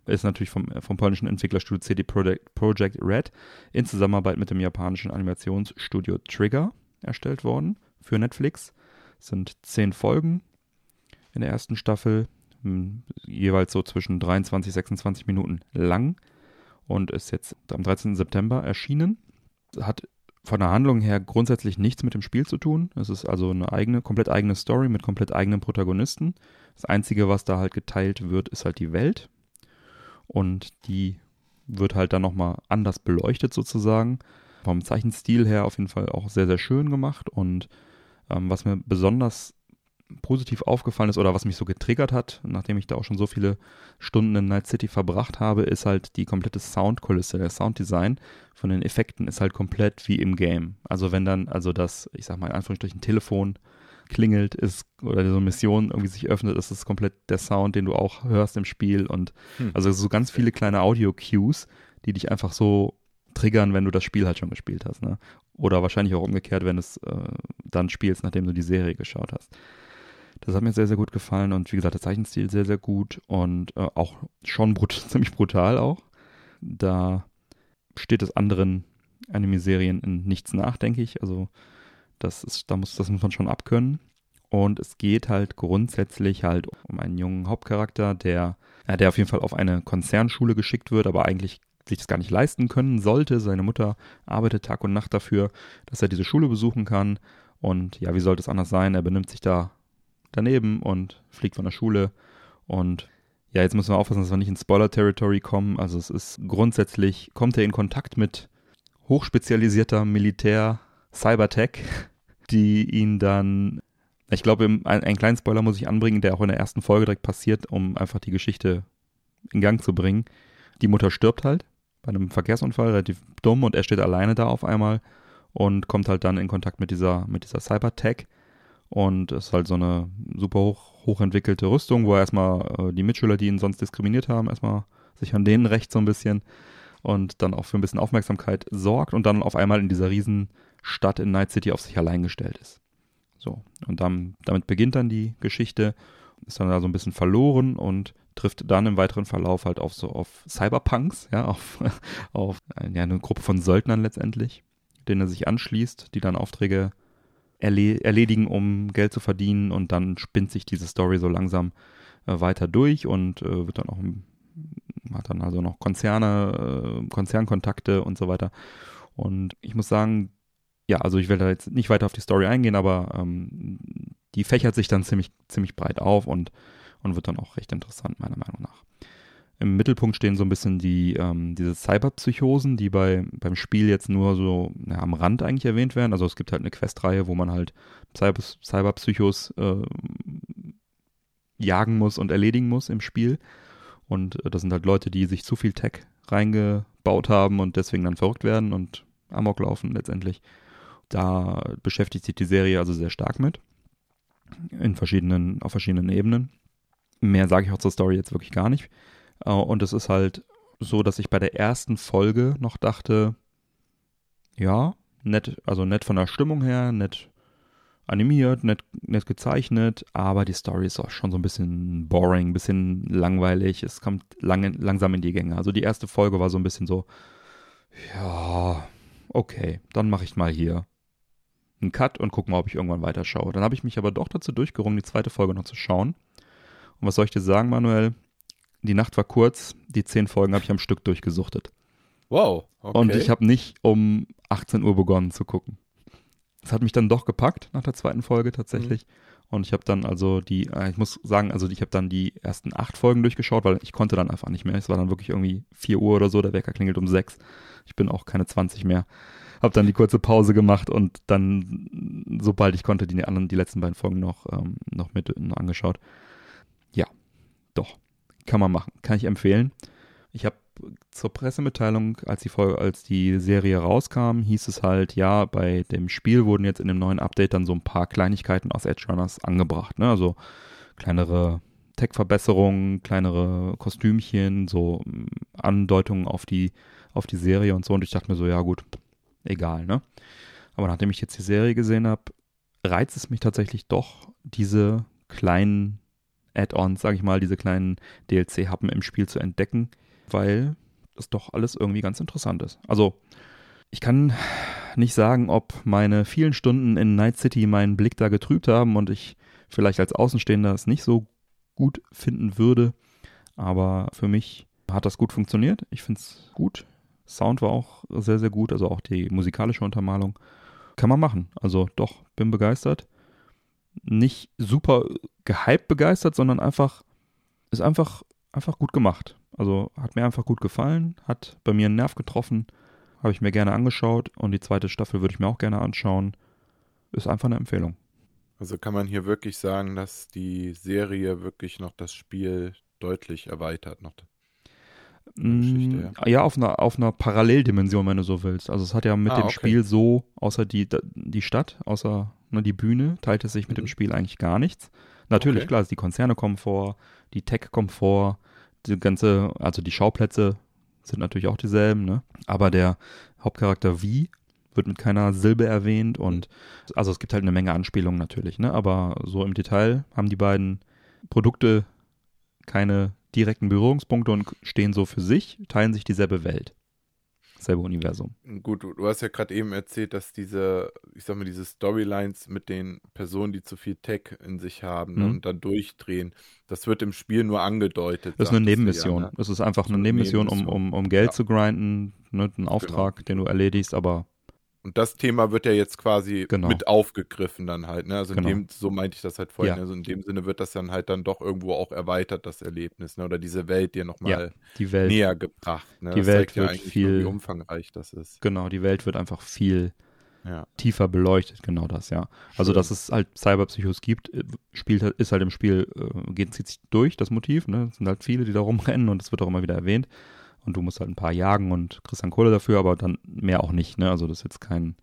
ist natürlich vom, vom polnischen Entwicklerstudio C D Projekt, Projekt Red in Zusammenarbeit mit dem japanischen Animationsstudio Trigger erstellt worden für Netflix. Es sind zehn Folgen in der ersten Staffel, m, jeweils so zwischen dreiundzwanzig, sechsundzwanzig Minuten lang und ist jetzt am dreizehnten September erschienen. Hat von der Handlung her grundsätzlich nichts mit dem Spiel zu tun. Es ist also eine eigene, komplett eigene Story mit komplett eigenen Protagonisten. Das Einzige, was da halt geteilt wird, ist halt die Welt. Und die wird halt dann nochmal anders beleuchtet sozusagen. Vom Zeichenstil her auf jeden Fall auch sehr, sehr schön gemacht. Und ähm, was mir besonders positiv aufgefallen ist oder was mich so getriggert hat, nachdem ich da auch schon so viele Stunden in Night City verbracht habe, ist halt die komplette Soundkulisse. Der Sounddesign von den Effekten ist halt komplett wie im Game. Also wenn dann, also das, ich sag mal in Anführungsstrichen, Telefon klingelt ist oder so eine Mission irgendwie sich öffnet, ist das komplett der Sound, den du auch hörst im Spiel und hm. also so ganz viele kleine Audio-Cues, die dich einfach so triggern, wenn du das Spiel halt schon gespielt hast, ne? Oder wahrscheinlich auch umgekehrt, wenn du es äh, dann spielst, nachdem du die Serie geschaut hast. Das hat mir sehr, sehr gut gefallen und wie gesagt, der Zeichenstil sehr, sehr gut und äh, auch schon brut- ziemlich brutal auch. Da steht es anderen Anime-Serien in nichts nach, denke ich. Also das ist, da muss, das muss man schon abkönnen. Und es geht halt grundsätzlich halt um einen jungen Hauptcharakter, der, ja, der auf jeden Fall auf eine Konzernschule geschickt wird, aber eigentlich sich das gar nicht leisten können sollte. Seine Mutter arbeitet Tag und Nacht dafür, dass er diese Schule besuchen kann. Und ja, wie sollte es anders sein? Er benimmt sich da daneben und fliegt von der Schule. Und ja, jetzt müssen wir aufpassen, dass wir nicht ins Spoiler-Territory kommen. Also es ist grundsätzlich, kommt er in Kontakt mit hochspezialisierter Militär-Cybertech, die ihn dann, ich glaube, einen, einen kleinen Spoiler muss ich anbringen, der auch in der ersten Folge direkt passiert, um einfach die Geschichte in Gang zu bringen. Die Mutter stirbt halt bei einem Verkehrsunfall, relativ dumm, und er steht alleine da auf einmal und kommt halt dann in Kontakt mit dieser, mit dieser Cybertech. Und es ist halt so eine super hoch, hochentwickelte Rüstung, wo er erstmal äh, die Mitschüler, die ihn sonst diskriminiert haben, erstmal sich an denen rächt so ein bisschen und dann auch für ein bisschen Aufmerksamkeit sorgt und dann auf einmal in dieser riesen Stadt in Night City auf sich allein gestellt ist. So, und dann, damit beginnt dann die Geschichte, ist dann da so ein bisschen verloren und trifft dann im weiteren Verlauf halt auf so auf Cyberpunks, ja, auf, auf ja, eine Gruppe von Söldnern letztendlich, denen er sich anschließt, die dann Aufträge erledigen, um Geld zu verdienen, und dann spinnt sich diese Story so langsam äh, weiter durch und äh, wird dann auch hat dann also noch Konzerne, äh, Konzernkontakte und so weiter. Und ich muss sagen, ja, also ich will da jetzt nicht weiter auf die Story eingehen, aber ähm, die fächert sich dann ziemlich, ziemlich breit auf und, und wird dann auch recht interessant, meiner Meinung nach. Im Mittelpunkt stehen so ein bisschen die ähm, diese Cyberpsychosen, die bei beim Spiel jetzt nur so ja, am Rand eigentlich erwähnt werden. Also es gibt halt eine Questreihe, wo man halt Cyber, Cyberpsychos äh, jagen muss und erledigen muss im Spiel. Und äh, das sind halt Leute, die sich zu viel Tech reingebaut haben und deswegen dann verrückt werden und Amok laufen letztendlich. Da beschäftigt sich die Serie also sehr stark mit. In verschiedenen, auf verschiedenen Ebenen. Mehr sage ich auch zur Story jetzt wirklich gar nicht. Und es ist halt so, dass ich bei der ersten Folge noch dachte, ja, nett, also nett von der Stimmung her, nett animiert, nett, nett gezeichnet, aber die Story ist auch schon so ein bisschen boring, ein bisschen langweilig, es kommt lang, langsam in die Gänge. Also die erste Folge war so ein bisschen so, ja, okay, dann mache ich mal hier einen Cut und guck mal, ob ich irgendwann weiterschaue. Dann habe ich mich aber doch dazu durchgerungen, die zweite Folge noch zu schauen. Und was soll ich dir sagen, Manuel? Die Nacht war kurz, die zehn Folgen habe ich am Stück durchgesuchtet. Wow, okay. Und ich habe nicht um achtzehn Uhr begonnen zu gucken. Das hat mich dann doch gepackt nach der zweiten Folge tatsächlich. Mhm. Und ich habe dann also die, ich muss sagen, also ich habe dann die ersten acht Folgen durchgeschaut, weil ich konnte dann einfach nicht mehr. Es war dann wirklich irgendwie vier Uhr oder so, der Wecker klingelt um sechs. Ich bin auch keine zwanzig mehr. Habe dann die kurze Pause gemacht und dann, sobald ich konnte, die anderen, die letzten beiden Folgen noch, ähm, noch mit noch angeschaut. Ja, doch. Kann man machen, kann ich empfehlen. Ich habe zur Pressemitteilung, als die Folge, als die Serie rauskam, hieß es halt, ja, bei dem Spiel wurden jetzt in dem neuen Update dann so ein paar Kleinigkeiten aus Edge Runners angebracht, ne? Also kleinere Tech-Verbesserungen, kleinere Kostümchen, so Andeutungen auf die, auf die Serie und so. Und ich dachte mir so, ja gut, egal, ne? Aber nachdem ich jetzt die Serie gesehen habe, reizt es mich tatsächlich doch, diese kleinen Add-ons, sage ich mal, diese kleinen D L C-Happen im Spiel zu entdecken, weil das doch alles irgendwie ganz interessant ist. Also ich kann nicht sagen, ob meine vielen Stunden in Night City meinen Blick da getrübt haben und ich vielleicht als Außenstehender es nicht so gut finden würde, aber für mich hat das gut funktioniert. Ich finde es gut. Sound war auch sehr, sehr gut, also auch die musikalische Untermalung. Kann man machen. Also doch, bin begeistert. Nicht super gehypt begeistert, sondern einfach, ist einfach, einfach gut gemacht. Also hat mir einfach gut gefallen, hat bei mir einen Nerv getroffen, habe ich mir gerne angeschaut und die zweite Staffel würde ich mir auch gerne anschauen. Ist einfach eine Empfehlung. Also kann man hier wirklich sagen, dass die Serie wirklich noch das Spiel deutlich erweitert. Noch Mm, ja, ja auf, einer, auf einer Paralleldimension, wenn du so willst. Also es hat ja mit ah, dem okay. Spiel so, außer die, die Stadt, außer ne, die Bühne, teilt es sich mit Mhm. dem Spiel eigentlich gar nichts. Natürlich, Okay. klar, die Konzerne kommen vor, die Tech kommt vor, die ganze, also die Schauplätze sind natürlich auch dieselben, ne? Aber der Hauptcharakter V wird mit keiner Silbe erwähnt und also es gibt halt eine Menge Anspielungen natürlich, ne? Aber so im Detail haben die beiden Produkte keine direkten Berührungspunkte und stehen so für sich, teilen sich dieselbe Welt, dasselbe Universum. Gut, du, du hast ja gerade eben erzählt, dass diese, ich sag mal, diese Storylines mit den Personen, die zu viel Tech in sich haben ne, Mhm. und dann durchdrehen, das wird im Spiel nur angedeutet. Das ist eine sagtest du Nebenmission. Ja, ne? Das ist einfach So eine eine Nebenmission, um, Nebenmission. um, um Geld Ja. zu grinden, ne, einen Auftrag, den du erledigst, aber Und das Thema wird ja jetzt quasi Genau. mit aufgegriffen dann halt, ne? Also in Genau. dem, so meinte ich das halt vorhin, Ja. also in dem Sinne wird das dann halt dann doch irgendwo auch erweitert, das Erlebnis, ne? Oder diese Welt dir ja, nochmal die Welt, näher gebracht, ne? die das Welt zeigt ja wird eigentlich viel- nur, wie umfangreich das ist. genau, die Welt wird einfach viel Ja. tiefer beleuchtet, genau das, ja. Also, Schön. dass es halt Cyberpsychos gibt, äh, spielt halt- ist halt im Spiel, äh, geht, zieht sich durch, das Motiv, ne? Es sind halt viele, die da rumrennen und es wird auch immer wieder erwähnt. Und du musst halt ein paar jagen und kriegst dann Kohle dafür, aber dann mehr auch nicht, ne? Also, das ist jetzt kein,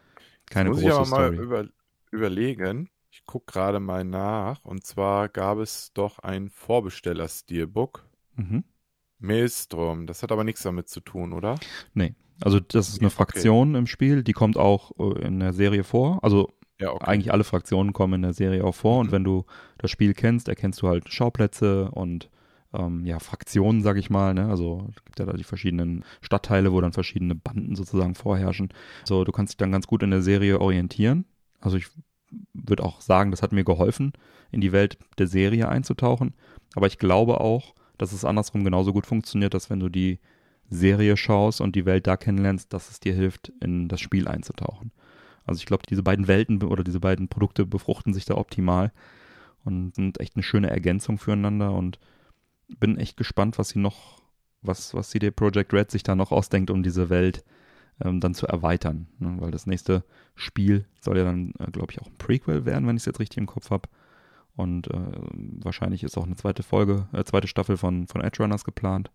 keine Muss große ich aber mal Story. über, überlegen. Ich gucke gerade mal nach. Und zwar gab es doch ein Vorbesteller-Steelbook. Mhm. Maelstrom. Das hat aber nichts damit zu tun, oder? Also, das ist eine Okay. Fraktion im Spiel, die kommt auch äh, in der Serie vor. Also, Ja, okay. eigentlich alle Fraktionen kommen in der Serie auch vor. Und Mhm. wenn du das Spiel kennst, erkennst du halt Schauplätze und ähm, ja, Fraktionen, sag ich mal. Ne? Also es gibt ja da die verschiedenen Stadtteile, wo dann verschiedene Banden sozusagen vorherrschen. So, du kannst dich dann ganz gut in der Serie orientieren. Also ich würde auch sagen, das hat mir geholfen, in die Welt der Serie einzutauchen. Aber ich glaube auch, dass es andersrum genauso gut funktioniert, dass wenn du die Serie schaust und die Welt da kennenlernst, dass es dir hilft, in das Spiel einzutauchen. Also ich glaube, diese beiden Welten oder diese beiden Produkte befruchten sich da optimal und sind echt eine schöne Ergänzung füreinander und bin echt gespannt, was sie noch, was, was C D Projekt Red sich da noch ausdenkt, um diese Welt ähm, dann zu erweitern. Ne? Weil das nächste Spiel soll ja dann, äh, glaube ich, auch ein Prequel werden, wenn ich es jetzt richtig im Kopf habe. Und äh, wahrscheinlich ist auch eine zweite Folge, äh, zweite Staffel von, von Edge Runners geplant.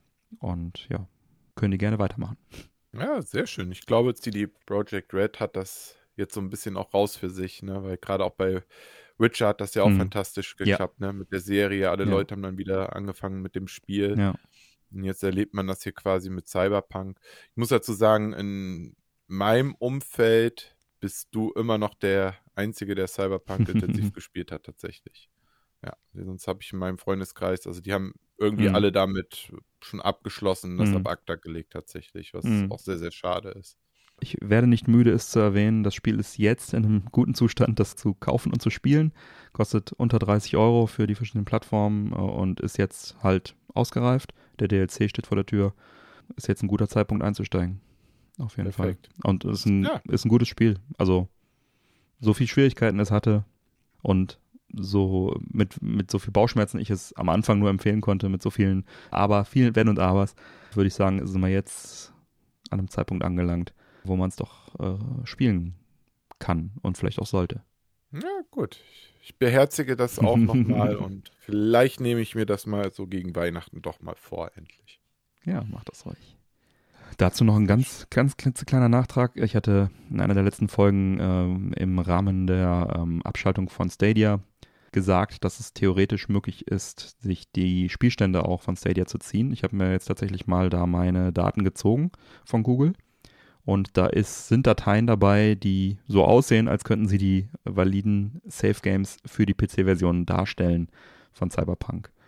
Und ja, können die gerne weitermachen. Ja, sehr schön. Ich glaube, C D Projekt Red hat das jetzt so ein bisschen auch raus für sich, ne? Weil gerade auch bei Witcher hat das ja auch Mhm. fantastisch Ja. geklappt, ne? Mit der Serie. Alle Ja. Leute haben dann wieder angefangen mit dem Spiel. Ja. Und jetzt erlebt man das hier quasi mit Cyberpunk. Ich muss dazu sagen, in meinem Umfeld bist du immer noch der Einzige, der Cyberpunk intensiv gespielt hat, tatsächlich. Ja, sonst habe ich in meinem Freundeskreis, also die haben irgendwie Mhm. alle damit schon abgeschlossen, das Mhm. ab acta gelegt tatsächlich, was Mhm. auch sehr, sehr schade ist. Ich werde nicht müde, es zu erwähnen, das Spiel ist jetzt in einem guten Zustand, das zu kaufen und zu spielen. Kostet unter dreißig Euro für die verschiedenen Plattformen äh, und ist jetzt halt ausgereift. Der D L C steht vor der Tür. Ist jetzt ein guter Zeitpunkt einzusteigen. Auf jeden Perfekt. Fall. Und es ist ein, Ja. ist ein gutes Spiel. Also so viel Schwierigkeiten es hatte und so mit, mit so viel Bauchschmerzen ich es am Anfang nur empfehlen konnte, mit so vielen Aber, vielen Wenn und Abers, würde ich sagen, ist es mal jetzt an einem Zeitpunkt angelangt, wo man es doch äh, spielen kann und vielleicht auch sollte. Ja, gut. Ich beherzige das auch nochmal und vielleicht nehme ich mir das mal so gegen Weihnachten doch mal vor, endlich. Ja, mach das ruhig. Dazu noch ein ganz, ganz klitzekleiner Nachtrag. Ich hatte in einer der letzten Folgen ähm, im Rahmen der ähm, Abschaltung von Stadia gesagt, dass es theoretisch möglich ist, sich die Spielstände auch von Stadia zu ziehen. Ich habe mir jetzt tatsächlich mal da meine Daten gezogen von Google. Und da ist, sind Dateien dabei, die so aussehen, als könnten sie die validen Save Games für die P C-Version darstellen von Cyberpunk.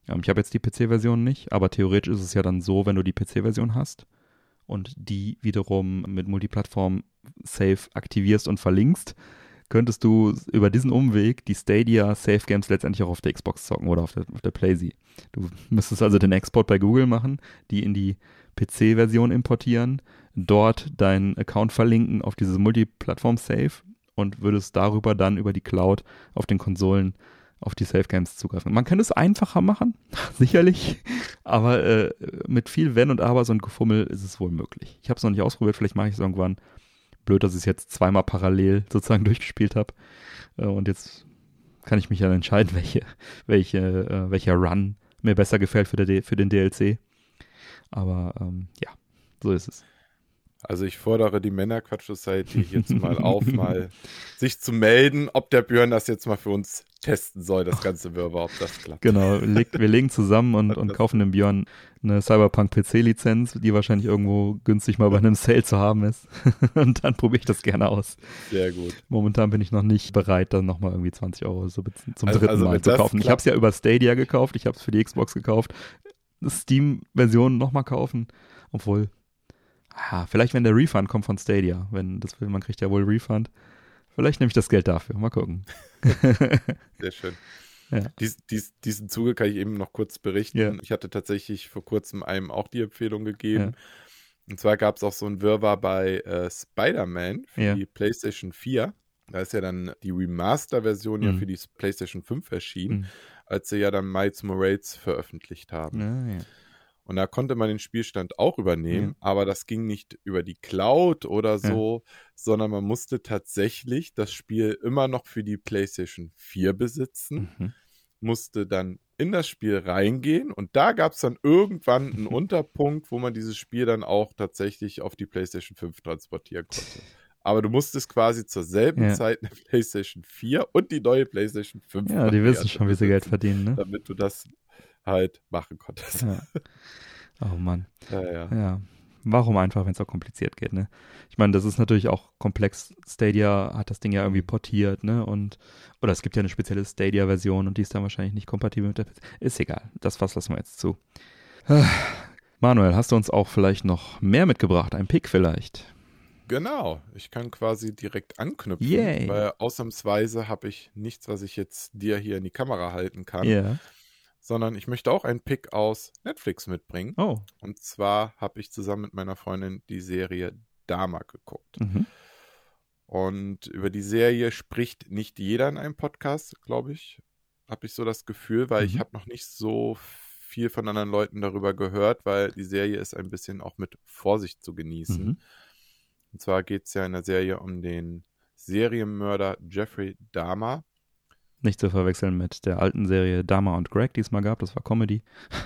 Ähm, ich habe jetzt die P C-Version nicht, aber theoretisch ist es ja dann so, wenn du die P C-Version hast und die wiederum mit Multiplattform-Save aktivierst und verlinkst, könntest du über diesen Umweg die Stadia Save Games letztendlich auch auf der Xbox zocken oder auf der, auf der PlayZ. Du müsstest also den Export bei Google machen, die in die P C-Version importieren, dort deinen Account verlinken auf dieses Multiplattform-Save und würdest darüber dann über die Cloud auf den Konsolen auf die Save Games zugreifen. Man kann es einfacher machen, sicherlich, aber äh, mit viel Wenn und Abers und Gefummel ist es wohl möglich. Ich habe es noch nicht ausprobiert, vielleicht mache ich es irgendwann. Blöd, dass ich es jetzt zweimal parallel sozusagen durchgespielt habe. Äh, und jetzt kann ich mich dann entscheiden, welche, welche, äh, welcher Run mir besser gefällt für, der, für den D L C. Aber ähm, ja, so ist es. Also ich fordere die Männerquatsch Society jetzt mal auf, mal sich zu melden, ob der Björn das jetzt mal für uns testen soll, das ganze Wirrwarr, ob das klappt. Genau, leg, wir legen zusammen und, und kaufen dem Björn eine Cyberpunk-P C-Lizenz, die wahrscheinlich irgendwo günstig mal bei einem Sale zu haben ist. Und dann probiere ich das gerne aus. Sehr gut. Momentan bin ich noch nicht bereit, dann nochmal irgendwie zwanzig Euro so zum Also- dritten also Mal wenn zu das kaufen. Ich klappt- habe es ja über Stadia gekauft, ich habe es für die Xbox gekauft. Steam-Version nochmal kaufen, obwohl, ja, vielleicht wenn der Refund kommt von Stadia, wenn das will, man kriegt ja wohl Refund. Vielleicht nehme ich das Geld dafür, mal gucken. Sehr schön. Ja. Dies, dies, diesen Zuge kann ich eben noch kurz berichten. Ja. Ich hatte tatsächlich vor kurzem einem auch die Empfehlung gegeben. Ja. Und zwar gab es auch so ein Wirrwarr bei äh, Spider-Man für Ja. die PlayStation vier. Da ist ja dann die Remaster-Version ja Mhm. für die PlayStation fünf erschienen, Mhm. als sie ja dann Miles Morales veröffentlicht haben. Ja, ja. Und da konnte man den Spielstand auch übernehmen, aber das ging nicht über die Cloud oder so, sondern man musste tatsächlich das Spiel immer noch für die PlayStation vier besitzen, Mhm. musste dann in das Spiel reingehen und da gab es dann irgendwann einen Unterpunkt, wo man dieses Spiel dann auch tatsächlich auf die PlayStation fünf transportieren konnte. Aber du musstest quasi zur selben Ja. Zeit eine PlayStation vier und die neue PlayStation fünf Ja, die wissen Variante schon, wie sie Geld besitzen, verdienen, ne? damit du das halt machen konntest. Ja. Oh Mann. Ja, ja. Ja. Warum einfach, wenn es auch kompliziert geht, ne? Ich meine, das ist natürlich auch komplex. Stadia hat das Ding ja irgendwie portiert, ne? Und, oder es gibt ja eine spezielle Stadia-Version und die ist dann wahrscheinlich nicht kompatibel mit der P C. Ist egal. Das Fass lassen wir jetzt zu. Ah. Manuel, hast du uns auch vielleicht noch mehr mitgebracht? Ein Pick vielleicht? Genau, ich kann quasi direkt anknüpfen, Yay. weil ausnahmsweise habe ich nichts, was ich jetzt dir hier in die Kamera halten kann, Ja. sondern ich möchte auch einen Pick aus Netflix mitbringen. Oh. Und zwar habe ich zusammen mit meiner Freundin die Serie Dahmer geguckt. Mhm. Und über die Serie spricht nicht jeder in einem Podcast, glaube ich, habe ich so das Gefühl, weil ich Mhm. habe noch nicht so viel von anderen Leuten darüber gehört, weil die Serie ist ein bisschen auch mit Vorsicht zu genießen. Mhm. Und zwar geht es ja in der Serie um den Serienmörder Jeffrey Dahmer. Nicht zu verwechseln mit der alten Serie Dahmer und Greg, die es mal gab. Das war Comedy.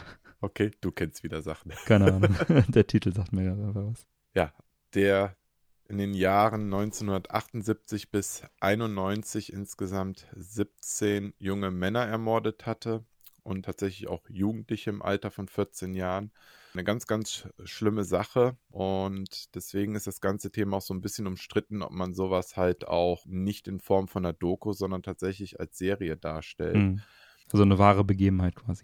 Okay, du kennst wieder Sachen. Keine Ahnung. Der Titel sagt mir gerade einfach was. Ja, der in den Jahren neunzehnhundertachtundsiebzig bis einundneunzig insgesamt siebzehn junge Männer ermordet hatte und tatsächlich auch Jugendliche im Alter von vierzehn Jahren. Eine ganz, ganz schlimme Sache und deswegen ist das ganze Thema auch so ein bisschen umstritten, ob man sowas halt auch nicht in Form von einer Doku, sondern tatsächlich als Serie darstellt. Mhm. Also eine wahre Begebenheit quasi.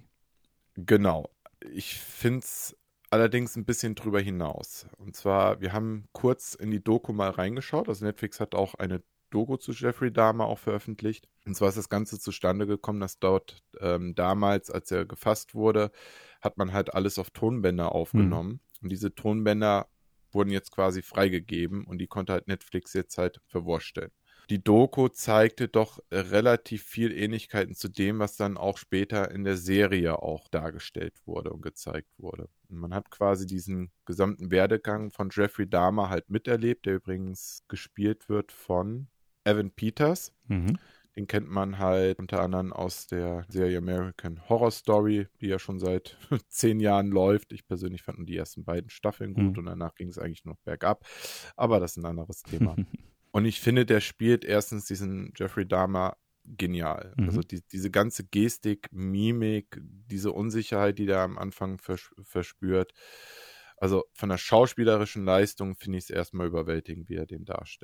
Genau. Ich finde es allerdings ein bisschen drüber hinaus. Und zwar, wir haben kurz in die Doku mal reingeschaut. Also Netflix hat auch eine Doku zu Jeffrey Dahmer auch veröffentlicht. Und zwar ist das Ganze zustande gekommen, dass dort ähm, damals, als er gefasst wurde, hat man halt alles auf Tonbänder aufgenommen. Mhm. Und diese Tonbänder wurden jetzt quasi freigegeben und die konnte halt Netflix jetzt halt verwursteln. Die Doku zeigte doch relativ viel Ähnlichkeiten zu dem, was dann auch später in der Serie auch dargestellt wurde und gezeigt wurde. Und man hat quasi diesen gesamten Werdegang von Jeffrey Dahmer halt miterlebt, der übrigens gespielt wird von Evan Peters. Mhm. Den kennt man halt unter anderem aus der Serie American Horror Story, die ja schon seit zehn Jahren läuft. Ich persönlich fand nur die ersten beiden Staffeln gut Mhm. und danach ging es eigentlich noch bergab. Aber das ist ein anderes Thema. Und ich finde, der spielt erstens diesen Jeffrey Dahmer genial. Mhm. Also die, diese ganze Gestik, Mimik, diese Unsicherheit, die der am Anfang vers verspürt. Also von der schauspielerischen Leistung finde ich es erstmal überwältigend, wie er den darstellt.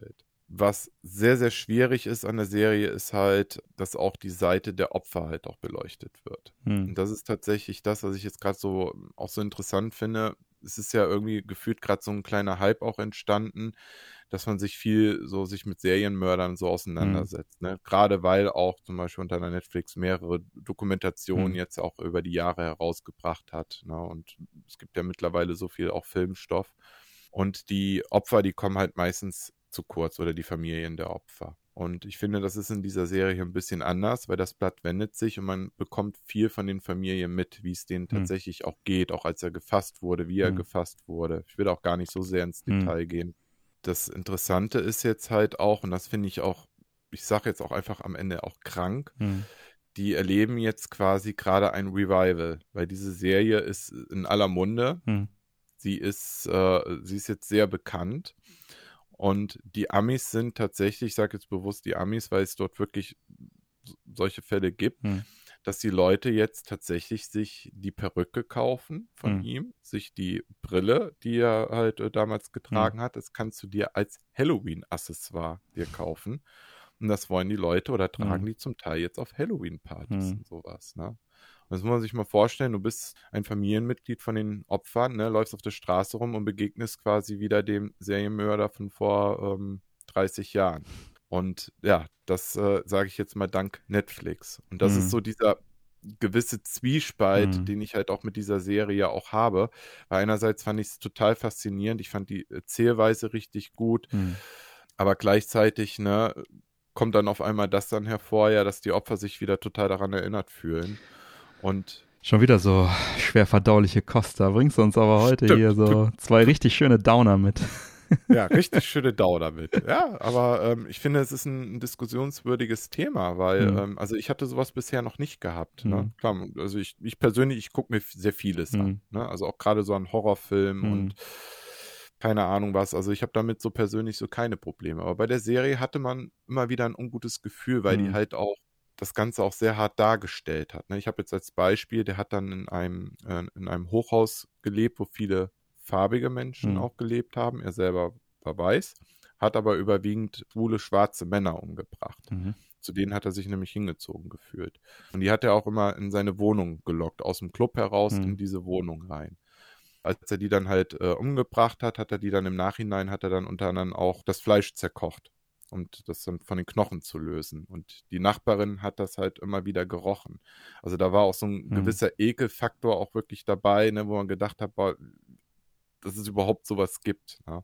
was sehr, sehr schwierig ist an der Serie, ist halt, dass auch die Seite der Opfer halt auch beleuchtet wird. Hm. Und das ist tatsächlich das, was ich jetzt gerade so auch so interessant finde. Es ist ja irgendwie gefühlt gerade so ein kleiner Hype auch entstanden, dass man sich viel so sich mit Serienmördern so auseinandersetzt. Ne? Gerade weil auch zum Beispiel unter der Netflix mehrere Dokumentationen Mhm. jetzt auch über die Jahre herausgebracht hat. Ne? Und es gibt ja mittlerweile so viel auch Filmstoff. Und die Opfer, die kommen halt meistens zu kurz oder die Familien der Opfer. Und ich finde, das ist in dieser Serie ein bisschen anders, weil das Blatt wendet sich und man bekommt viel von den Familien mit, wie es denen tatsächlich auch geht, auch als er gefasst wurde, wie er Mhm. gefasst wurde. Ich will auch gar nicht so sehr ins Mhm. Detail gehen. Das Interessante ist jetzt halt auch, und das finde ich auch, ich sage jetzt auch einfach am Ende auch krank, Hm. die erleben jetzt quasi gerade ein Revival, weil diese Serie ist in aller Munde. Hm. Sie ist, äh, sie ist jetzt sehr bekannt. Und die Amis sind tatsächlich, ich sage jetzt bewusst die Amis, weil es dort wirklich so- solche Fälle gibt, Hm. dass die Leute jetzt tatsächlich sich die Perücke kaufen von Hm. ihm, sich die Brille, die er halt äh, damals getragen hat, das kannst du dir als Halloween-Accessoire dir kaufen. Und das wollen die Leute oder tragen Hm. die zum Teil jetzt auf Halloween-Partys Hm. und sowas, ne? Und das muss man sich mal vorstellen, du bist ein Familienmitglied von den Opfern, ne, läufst auf der Straße rum und begegnest quasi wieder dem Serienmörder von vor ähm, dreißig Jahren. Und ja, das äh, sage ich jetzt mal dank Netflix. Und das Hm. ist so dieser gewisse Zwiespalt, Hm. den ich halt auch mit dieser Serie auch habe. Weil einerseits fand ich es total faszinierend, ich fand die Erzählweise richtig gut, Hm. aber gleichzeitig, ne, kommt dann auf einmal das dann hervor, ja, dass die Opfer sich wieder total daran erinnert fühlen. Und Schon wieder so schwer verdauliche Kost. Da bringst du uns aber heute Stimmt. hier so zwei richtig schöne Downer mit. ja, richtig schöne Dauer damit. Ja, aber ähm, ich finde, es ist ein, ein diskussionswürdiges Thema, weil, Mhm. ähm, also ich hatte sowas bisher noch nicht gehabt. Ne? Mhm. Klar, also ich, ich persönlich, ich gucke mir sehr vieles Mhm. an. Ne? Also auch gerade so an Horrorfilmen Mhm. und keine Ahnung was. Also ich habe damit so persönlich so keine Probleme. Aber bei der Serie hatte man immer wieder ein ungutes Gefühl, weil die Mhm. halt auch das Ganze auch sehr hart dargestellt hat. Ne? Ich habe jetzt als Beispiel, der hat dann in einem, äh, in einem Hochhaus gelebt, wo viele farbige Menschen Mhm. auch gelebt haben. Er selber war weiß, hat aber überwiegend schwule, schwarze Männer umgebracht. Mhm. Zu denen hat er sich nämlich hingezogen gefühlt. Und die hat er auch immer in seine Wohnung gelockt, aus dem Club heraus Mhm. in diese Wohnung rein. Als er die dann halt äh, umgebracht hat, hat er die dann im Nachhinein, hat er dann unter anderem auch das Fleisch zerkocht, um das dann von den Knochen zu lösen. Und die Nachbarin hat das halt immer wieder gerochen. Also da war auch so ein Mhm. gewisser Ekelfaktor auch wirklich dabei, ne, wo man gedacht hat, boah, dass es überhaupt sowas gibt. Ne?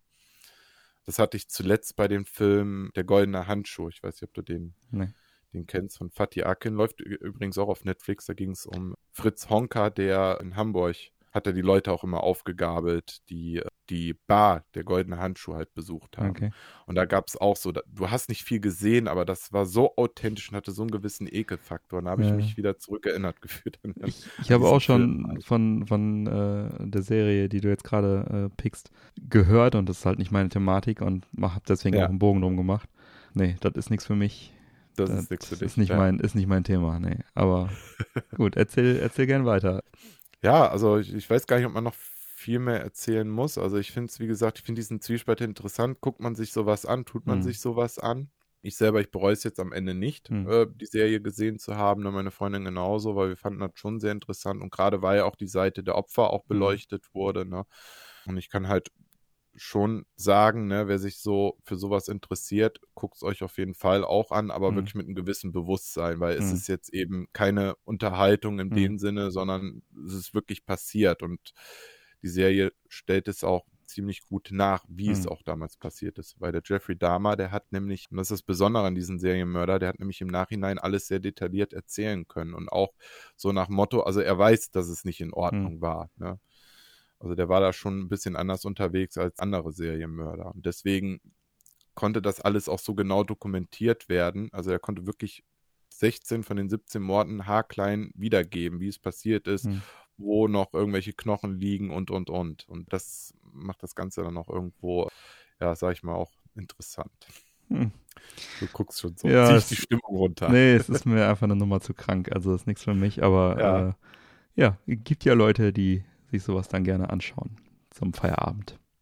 Das hatte ich zuletzt bei dem Film Der goldene Handschuh. Ich weiß nicht, ob du den, Nee. den kennst, von Fatih Akin. Läuft ü- übrigens auch auf Netflix. Da ging es um Fritz Honka, der in Hamburg hat er die Leute auch immer aufgegabelt, die die Bar, der goldene Handschuh halt besucht haben. Okay. Und da gab es auch so, da, du hast nicht viel gesehen, aber das war so authentisch und hatte so einen gewissen Ekelfaktor. Und da habe ich Ja. mich wieder zurückerinnert gefühlt. An, an Ich, ich habe diesen auch schon Film. von, von äh, der Serie, die du jetzt gerade äh, pickst, gehört und das ist halt nicht meine Thematik und habe deswegen Ja. auch einen Bogen drum gemacht. Nee, das ist nichts für mich. Das ist nichts für dich. Ist nicht, ja. mein, ist nicht mein Thema, nee. Aber gut, erzähl, erzähl gern weiter. Ja, also ich, ich weiß gar nicht, ob man noch viel mehr erzählen muss. Also ich finde es, wie gesagt, ich finde diesen Zwiespalt interessant. Guckt man sich sowas an, tut man Mhm. sich sowas an. Ich selber, ich bereue es jetzt am Ende nicht, Mhm. äh, die Serie gesehen zu haben, und meine Freundin genauso, weil wir fanden das schon sehr interessant und gerade weil ja auch die Seite der Opfer auch beleuchtet wurde, ne? Und ich kann halt schon sagen, ne, wer sich so für sowas interessiert, guckt es euch auf jeden Fall auch an, aber Mhm. wirklich mit einem gewissen Bewusstsein, weil es Mhm. ist jetzt eben keine Unterhaltung in Mhm. dem Sinne, sondern es ist wirklich passiert und die Serie stellt es auch ziemlich gut nach, wie es Mhm. auch damals passiert ist, weil der Jeffrey Dahmer, der hat nämlich, und das ist das Besondere an diesem Serienmörder, der hat nämlich im Nachhinein alles sehr detailliert erzählen können und auch so nach Motto, also er weiß, dass es nicht in Ordnung war, ne? Also der war da schon ein bisschen anders unterwegs als andere Serienmörder. Und deswegen konnte das alles auch so genau dokumentiert werden. Also er konnte wirklich sechzehn von den siebzehn Morden haarklein wiedergeben, wie es passiert ist, Mhm. wo noch irgendwelche Knochen liegen und, und, und. Und das macht das Ganze dann auch irgendwo, ja, sag ich mal, auch interessant. Hm. Du guckst schon so, Ja, ziehst es- die Stimmung runter. Nee, es ist mir einfach eine Nummer zu krank. Also ist nichts für mich, aber Ja. äh, ja, gibt ja Leute, die sich sowas dann gerne anschauen zum Feierabend.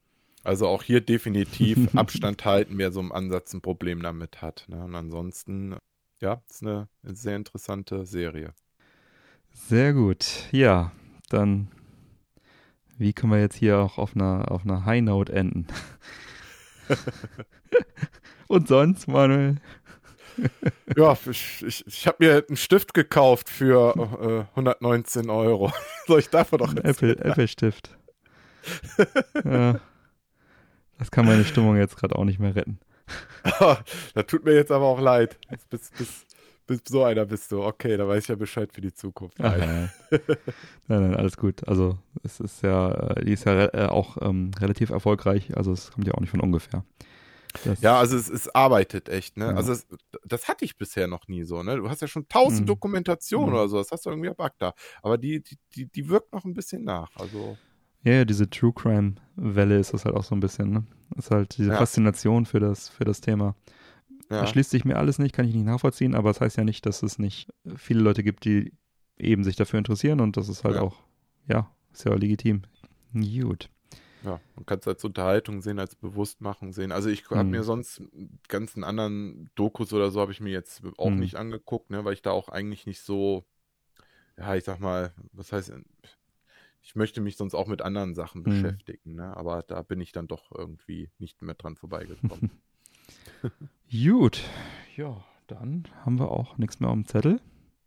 Also auch hier definitiv Abstand halten, wer so im Ansatz ein Problem damit hat. Ne? Und ansonsten, ja, ist eine sehr interessante Serie. Sehr gut. Ja, dann wie können wir jetzt hier auch auf einer, auf einer High Note enden? Und sonst, Manuel? Ja, ich, ich, ich habe mir einen Stift gekauft für äh, hundertneunzehn Euro. Soll ich davon doch erzählen? Apple, Apple-Stift. Ja, das kann meine Stimmung jetzt gerade auch nicht mehr retten. Das tut mir jetzt aber auch leid. Bis, bis, bis so einer bist du. Okay, da weiß ich ja Bescheid für die Zukunft. Ach, nein. nein, nein, alles gut. Also es ist ja, die ist ja re- äh, auch ähm, relativ erfolgreich. Also es kommt ja auch nicht von ungefähr. Das, ja, also es, es arbeitet echt, ne? Ja. Also es, das hatte ich bisher noch nie so, ne? Du hast ja schon tausend Mhm. Dokumentationen Mhm. oder so, das hast du irgendwie ab Akta. Aber die, die, die, die wirkt noch ein bisschen nach. Also ja, ja, diese True Crime Welle ist das halt auch so ein bisschen, ne? Ist halt diese Ja. Faszination für das, für das Thema. ja. Erschließt sich mir alles nicht, kann ich nicht nachvollziehen, aber es heißt ja nicht, dass es nicht viele Leute gibt, die eben sich dafür interessieren und das ist halt Ja. auch, ja, ist ja auch legitim. Gut. Ja, man kann es als Unterhaltung sehen, als Bewusstmachung sehen. Also ich habe Mhm. mir sonst ganzen anderen Dokus oder so habe ich mir jetzt auch Mhm. nicht angeguckt, ne, weil ich da auch eigentlich nicht so, ja, ich sag mal, was heißt, ich möchte mich sonst auch mit anderen Sachen Mhm. beschäftigen, ne, aber da bin ich dann doch irgendwie nicht mehr dran vorbeigekommen. Gut. Ja, dann haben wir auch nichts mehr auf dem Zettel.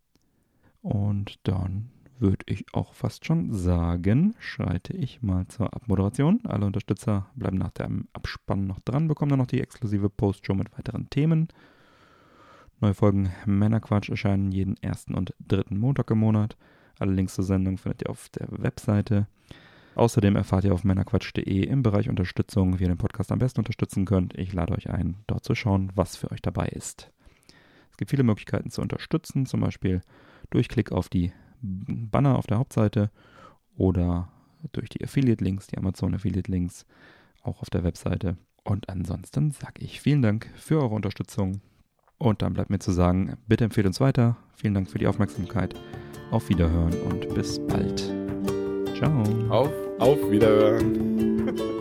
Und dann würde ich auch fast schon sagen, schreite ich mal zur Abmoderation. Alle Unterstützer bleiben nach dem Abspann noch dran, bekommen dann noch die exklusive Postshow mit weiteren Themen. Neue Folgen Männerquatsch erscheinen jeden ersten und dritten Montag im Monat. Alle Links zur Sendung findet ihr auf der Webseite. Außerdem erfahrt ihr auf männerquatsch punkt de im Bereich Unterstützung, wie ihr den Podcast am besten unterstützen könnt. Ich lade euch ein, dort zu schauen, was für euch dabei ist. Es gibt viele Möglichkeiten zu unterstützen, zum Beispiel durch Klick auf die Banner auf der Hauptseite oder durch die Affiliate-Links, die Amazon-Affiliate-Links, auch auf der Webseite. Und ansonsten sage ich vielen Dank für eure Unterstützung. Und dann bleibt mir zu sagen, bitte empfehlt uns weiter. Vielen Dank für die Aufmerksamkeit. Auf Wiederhören und bis bald. Ciao. auf, auf Wiederhören.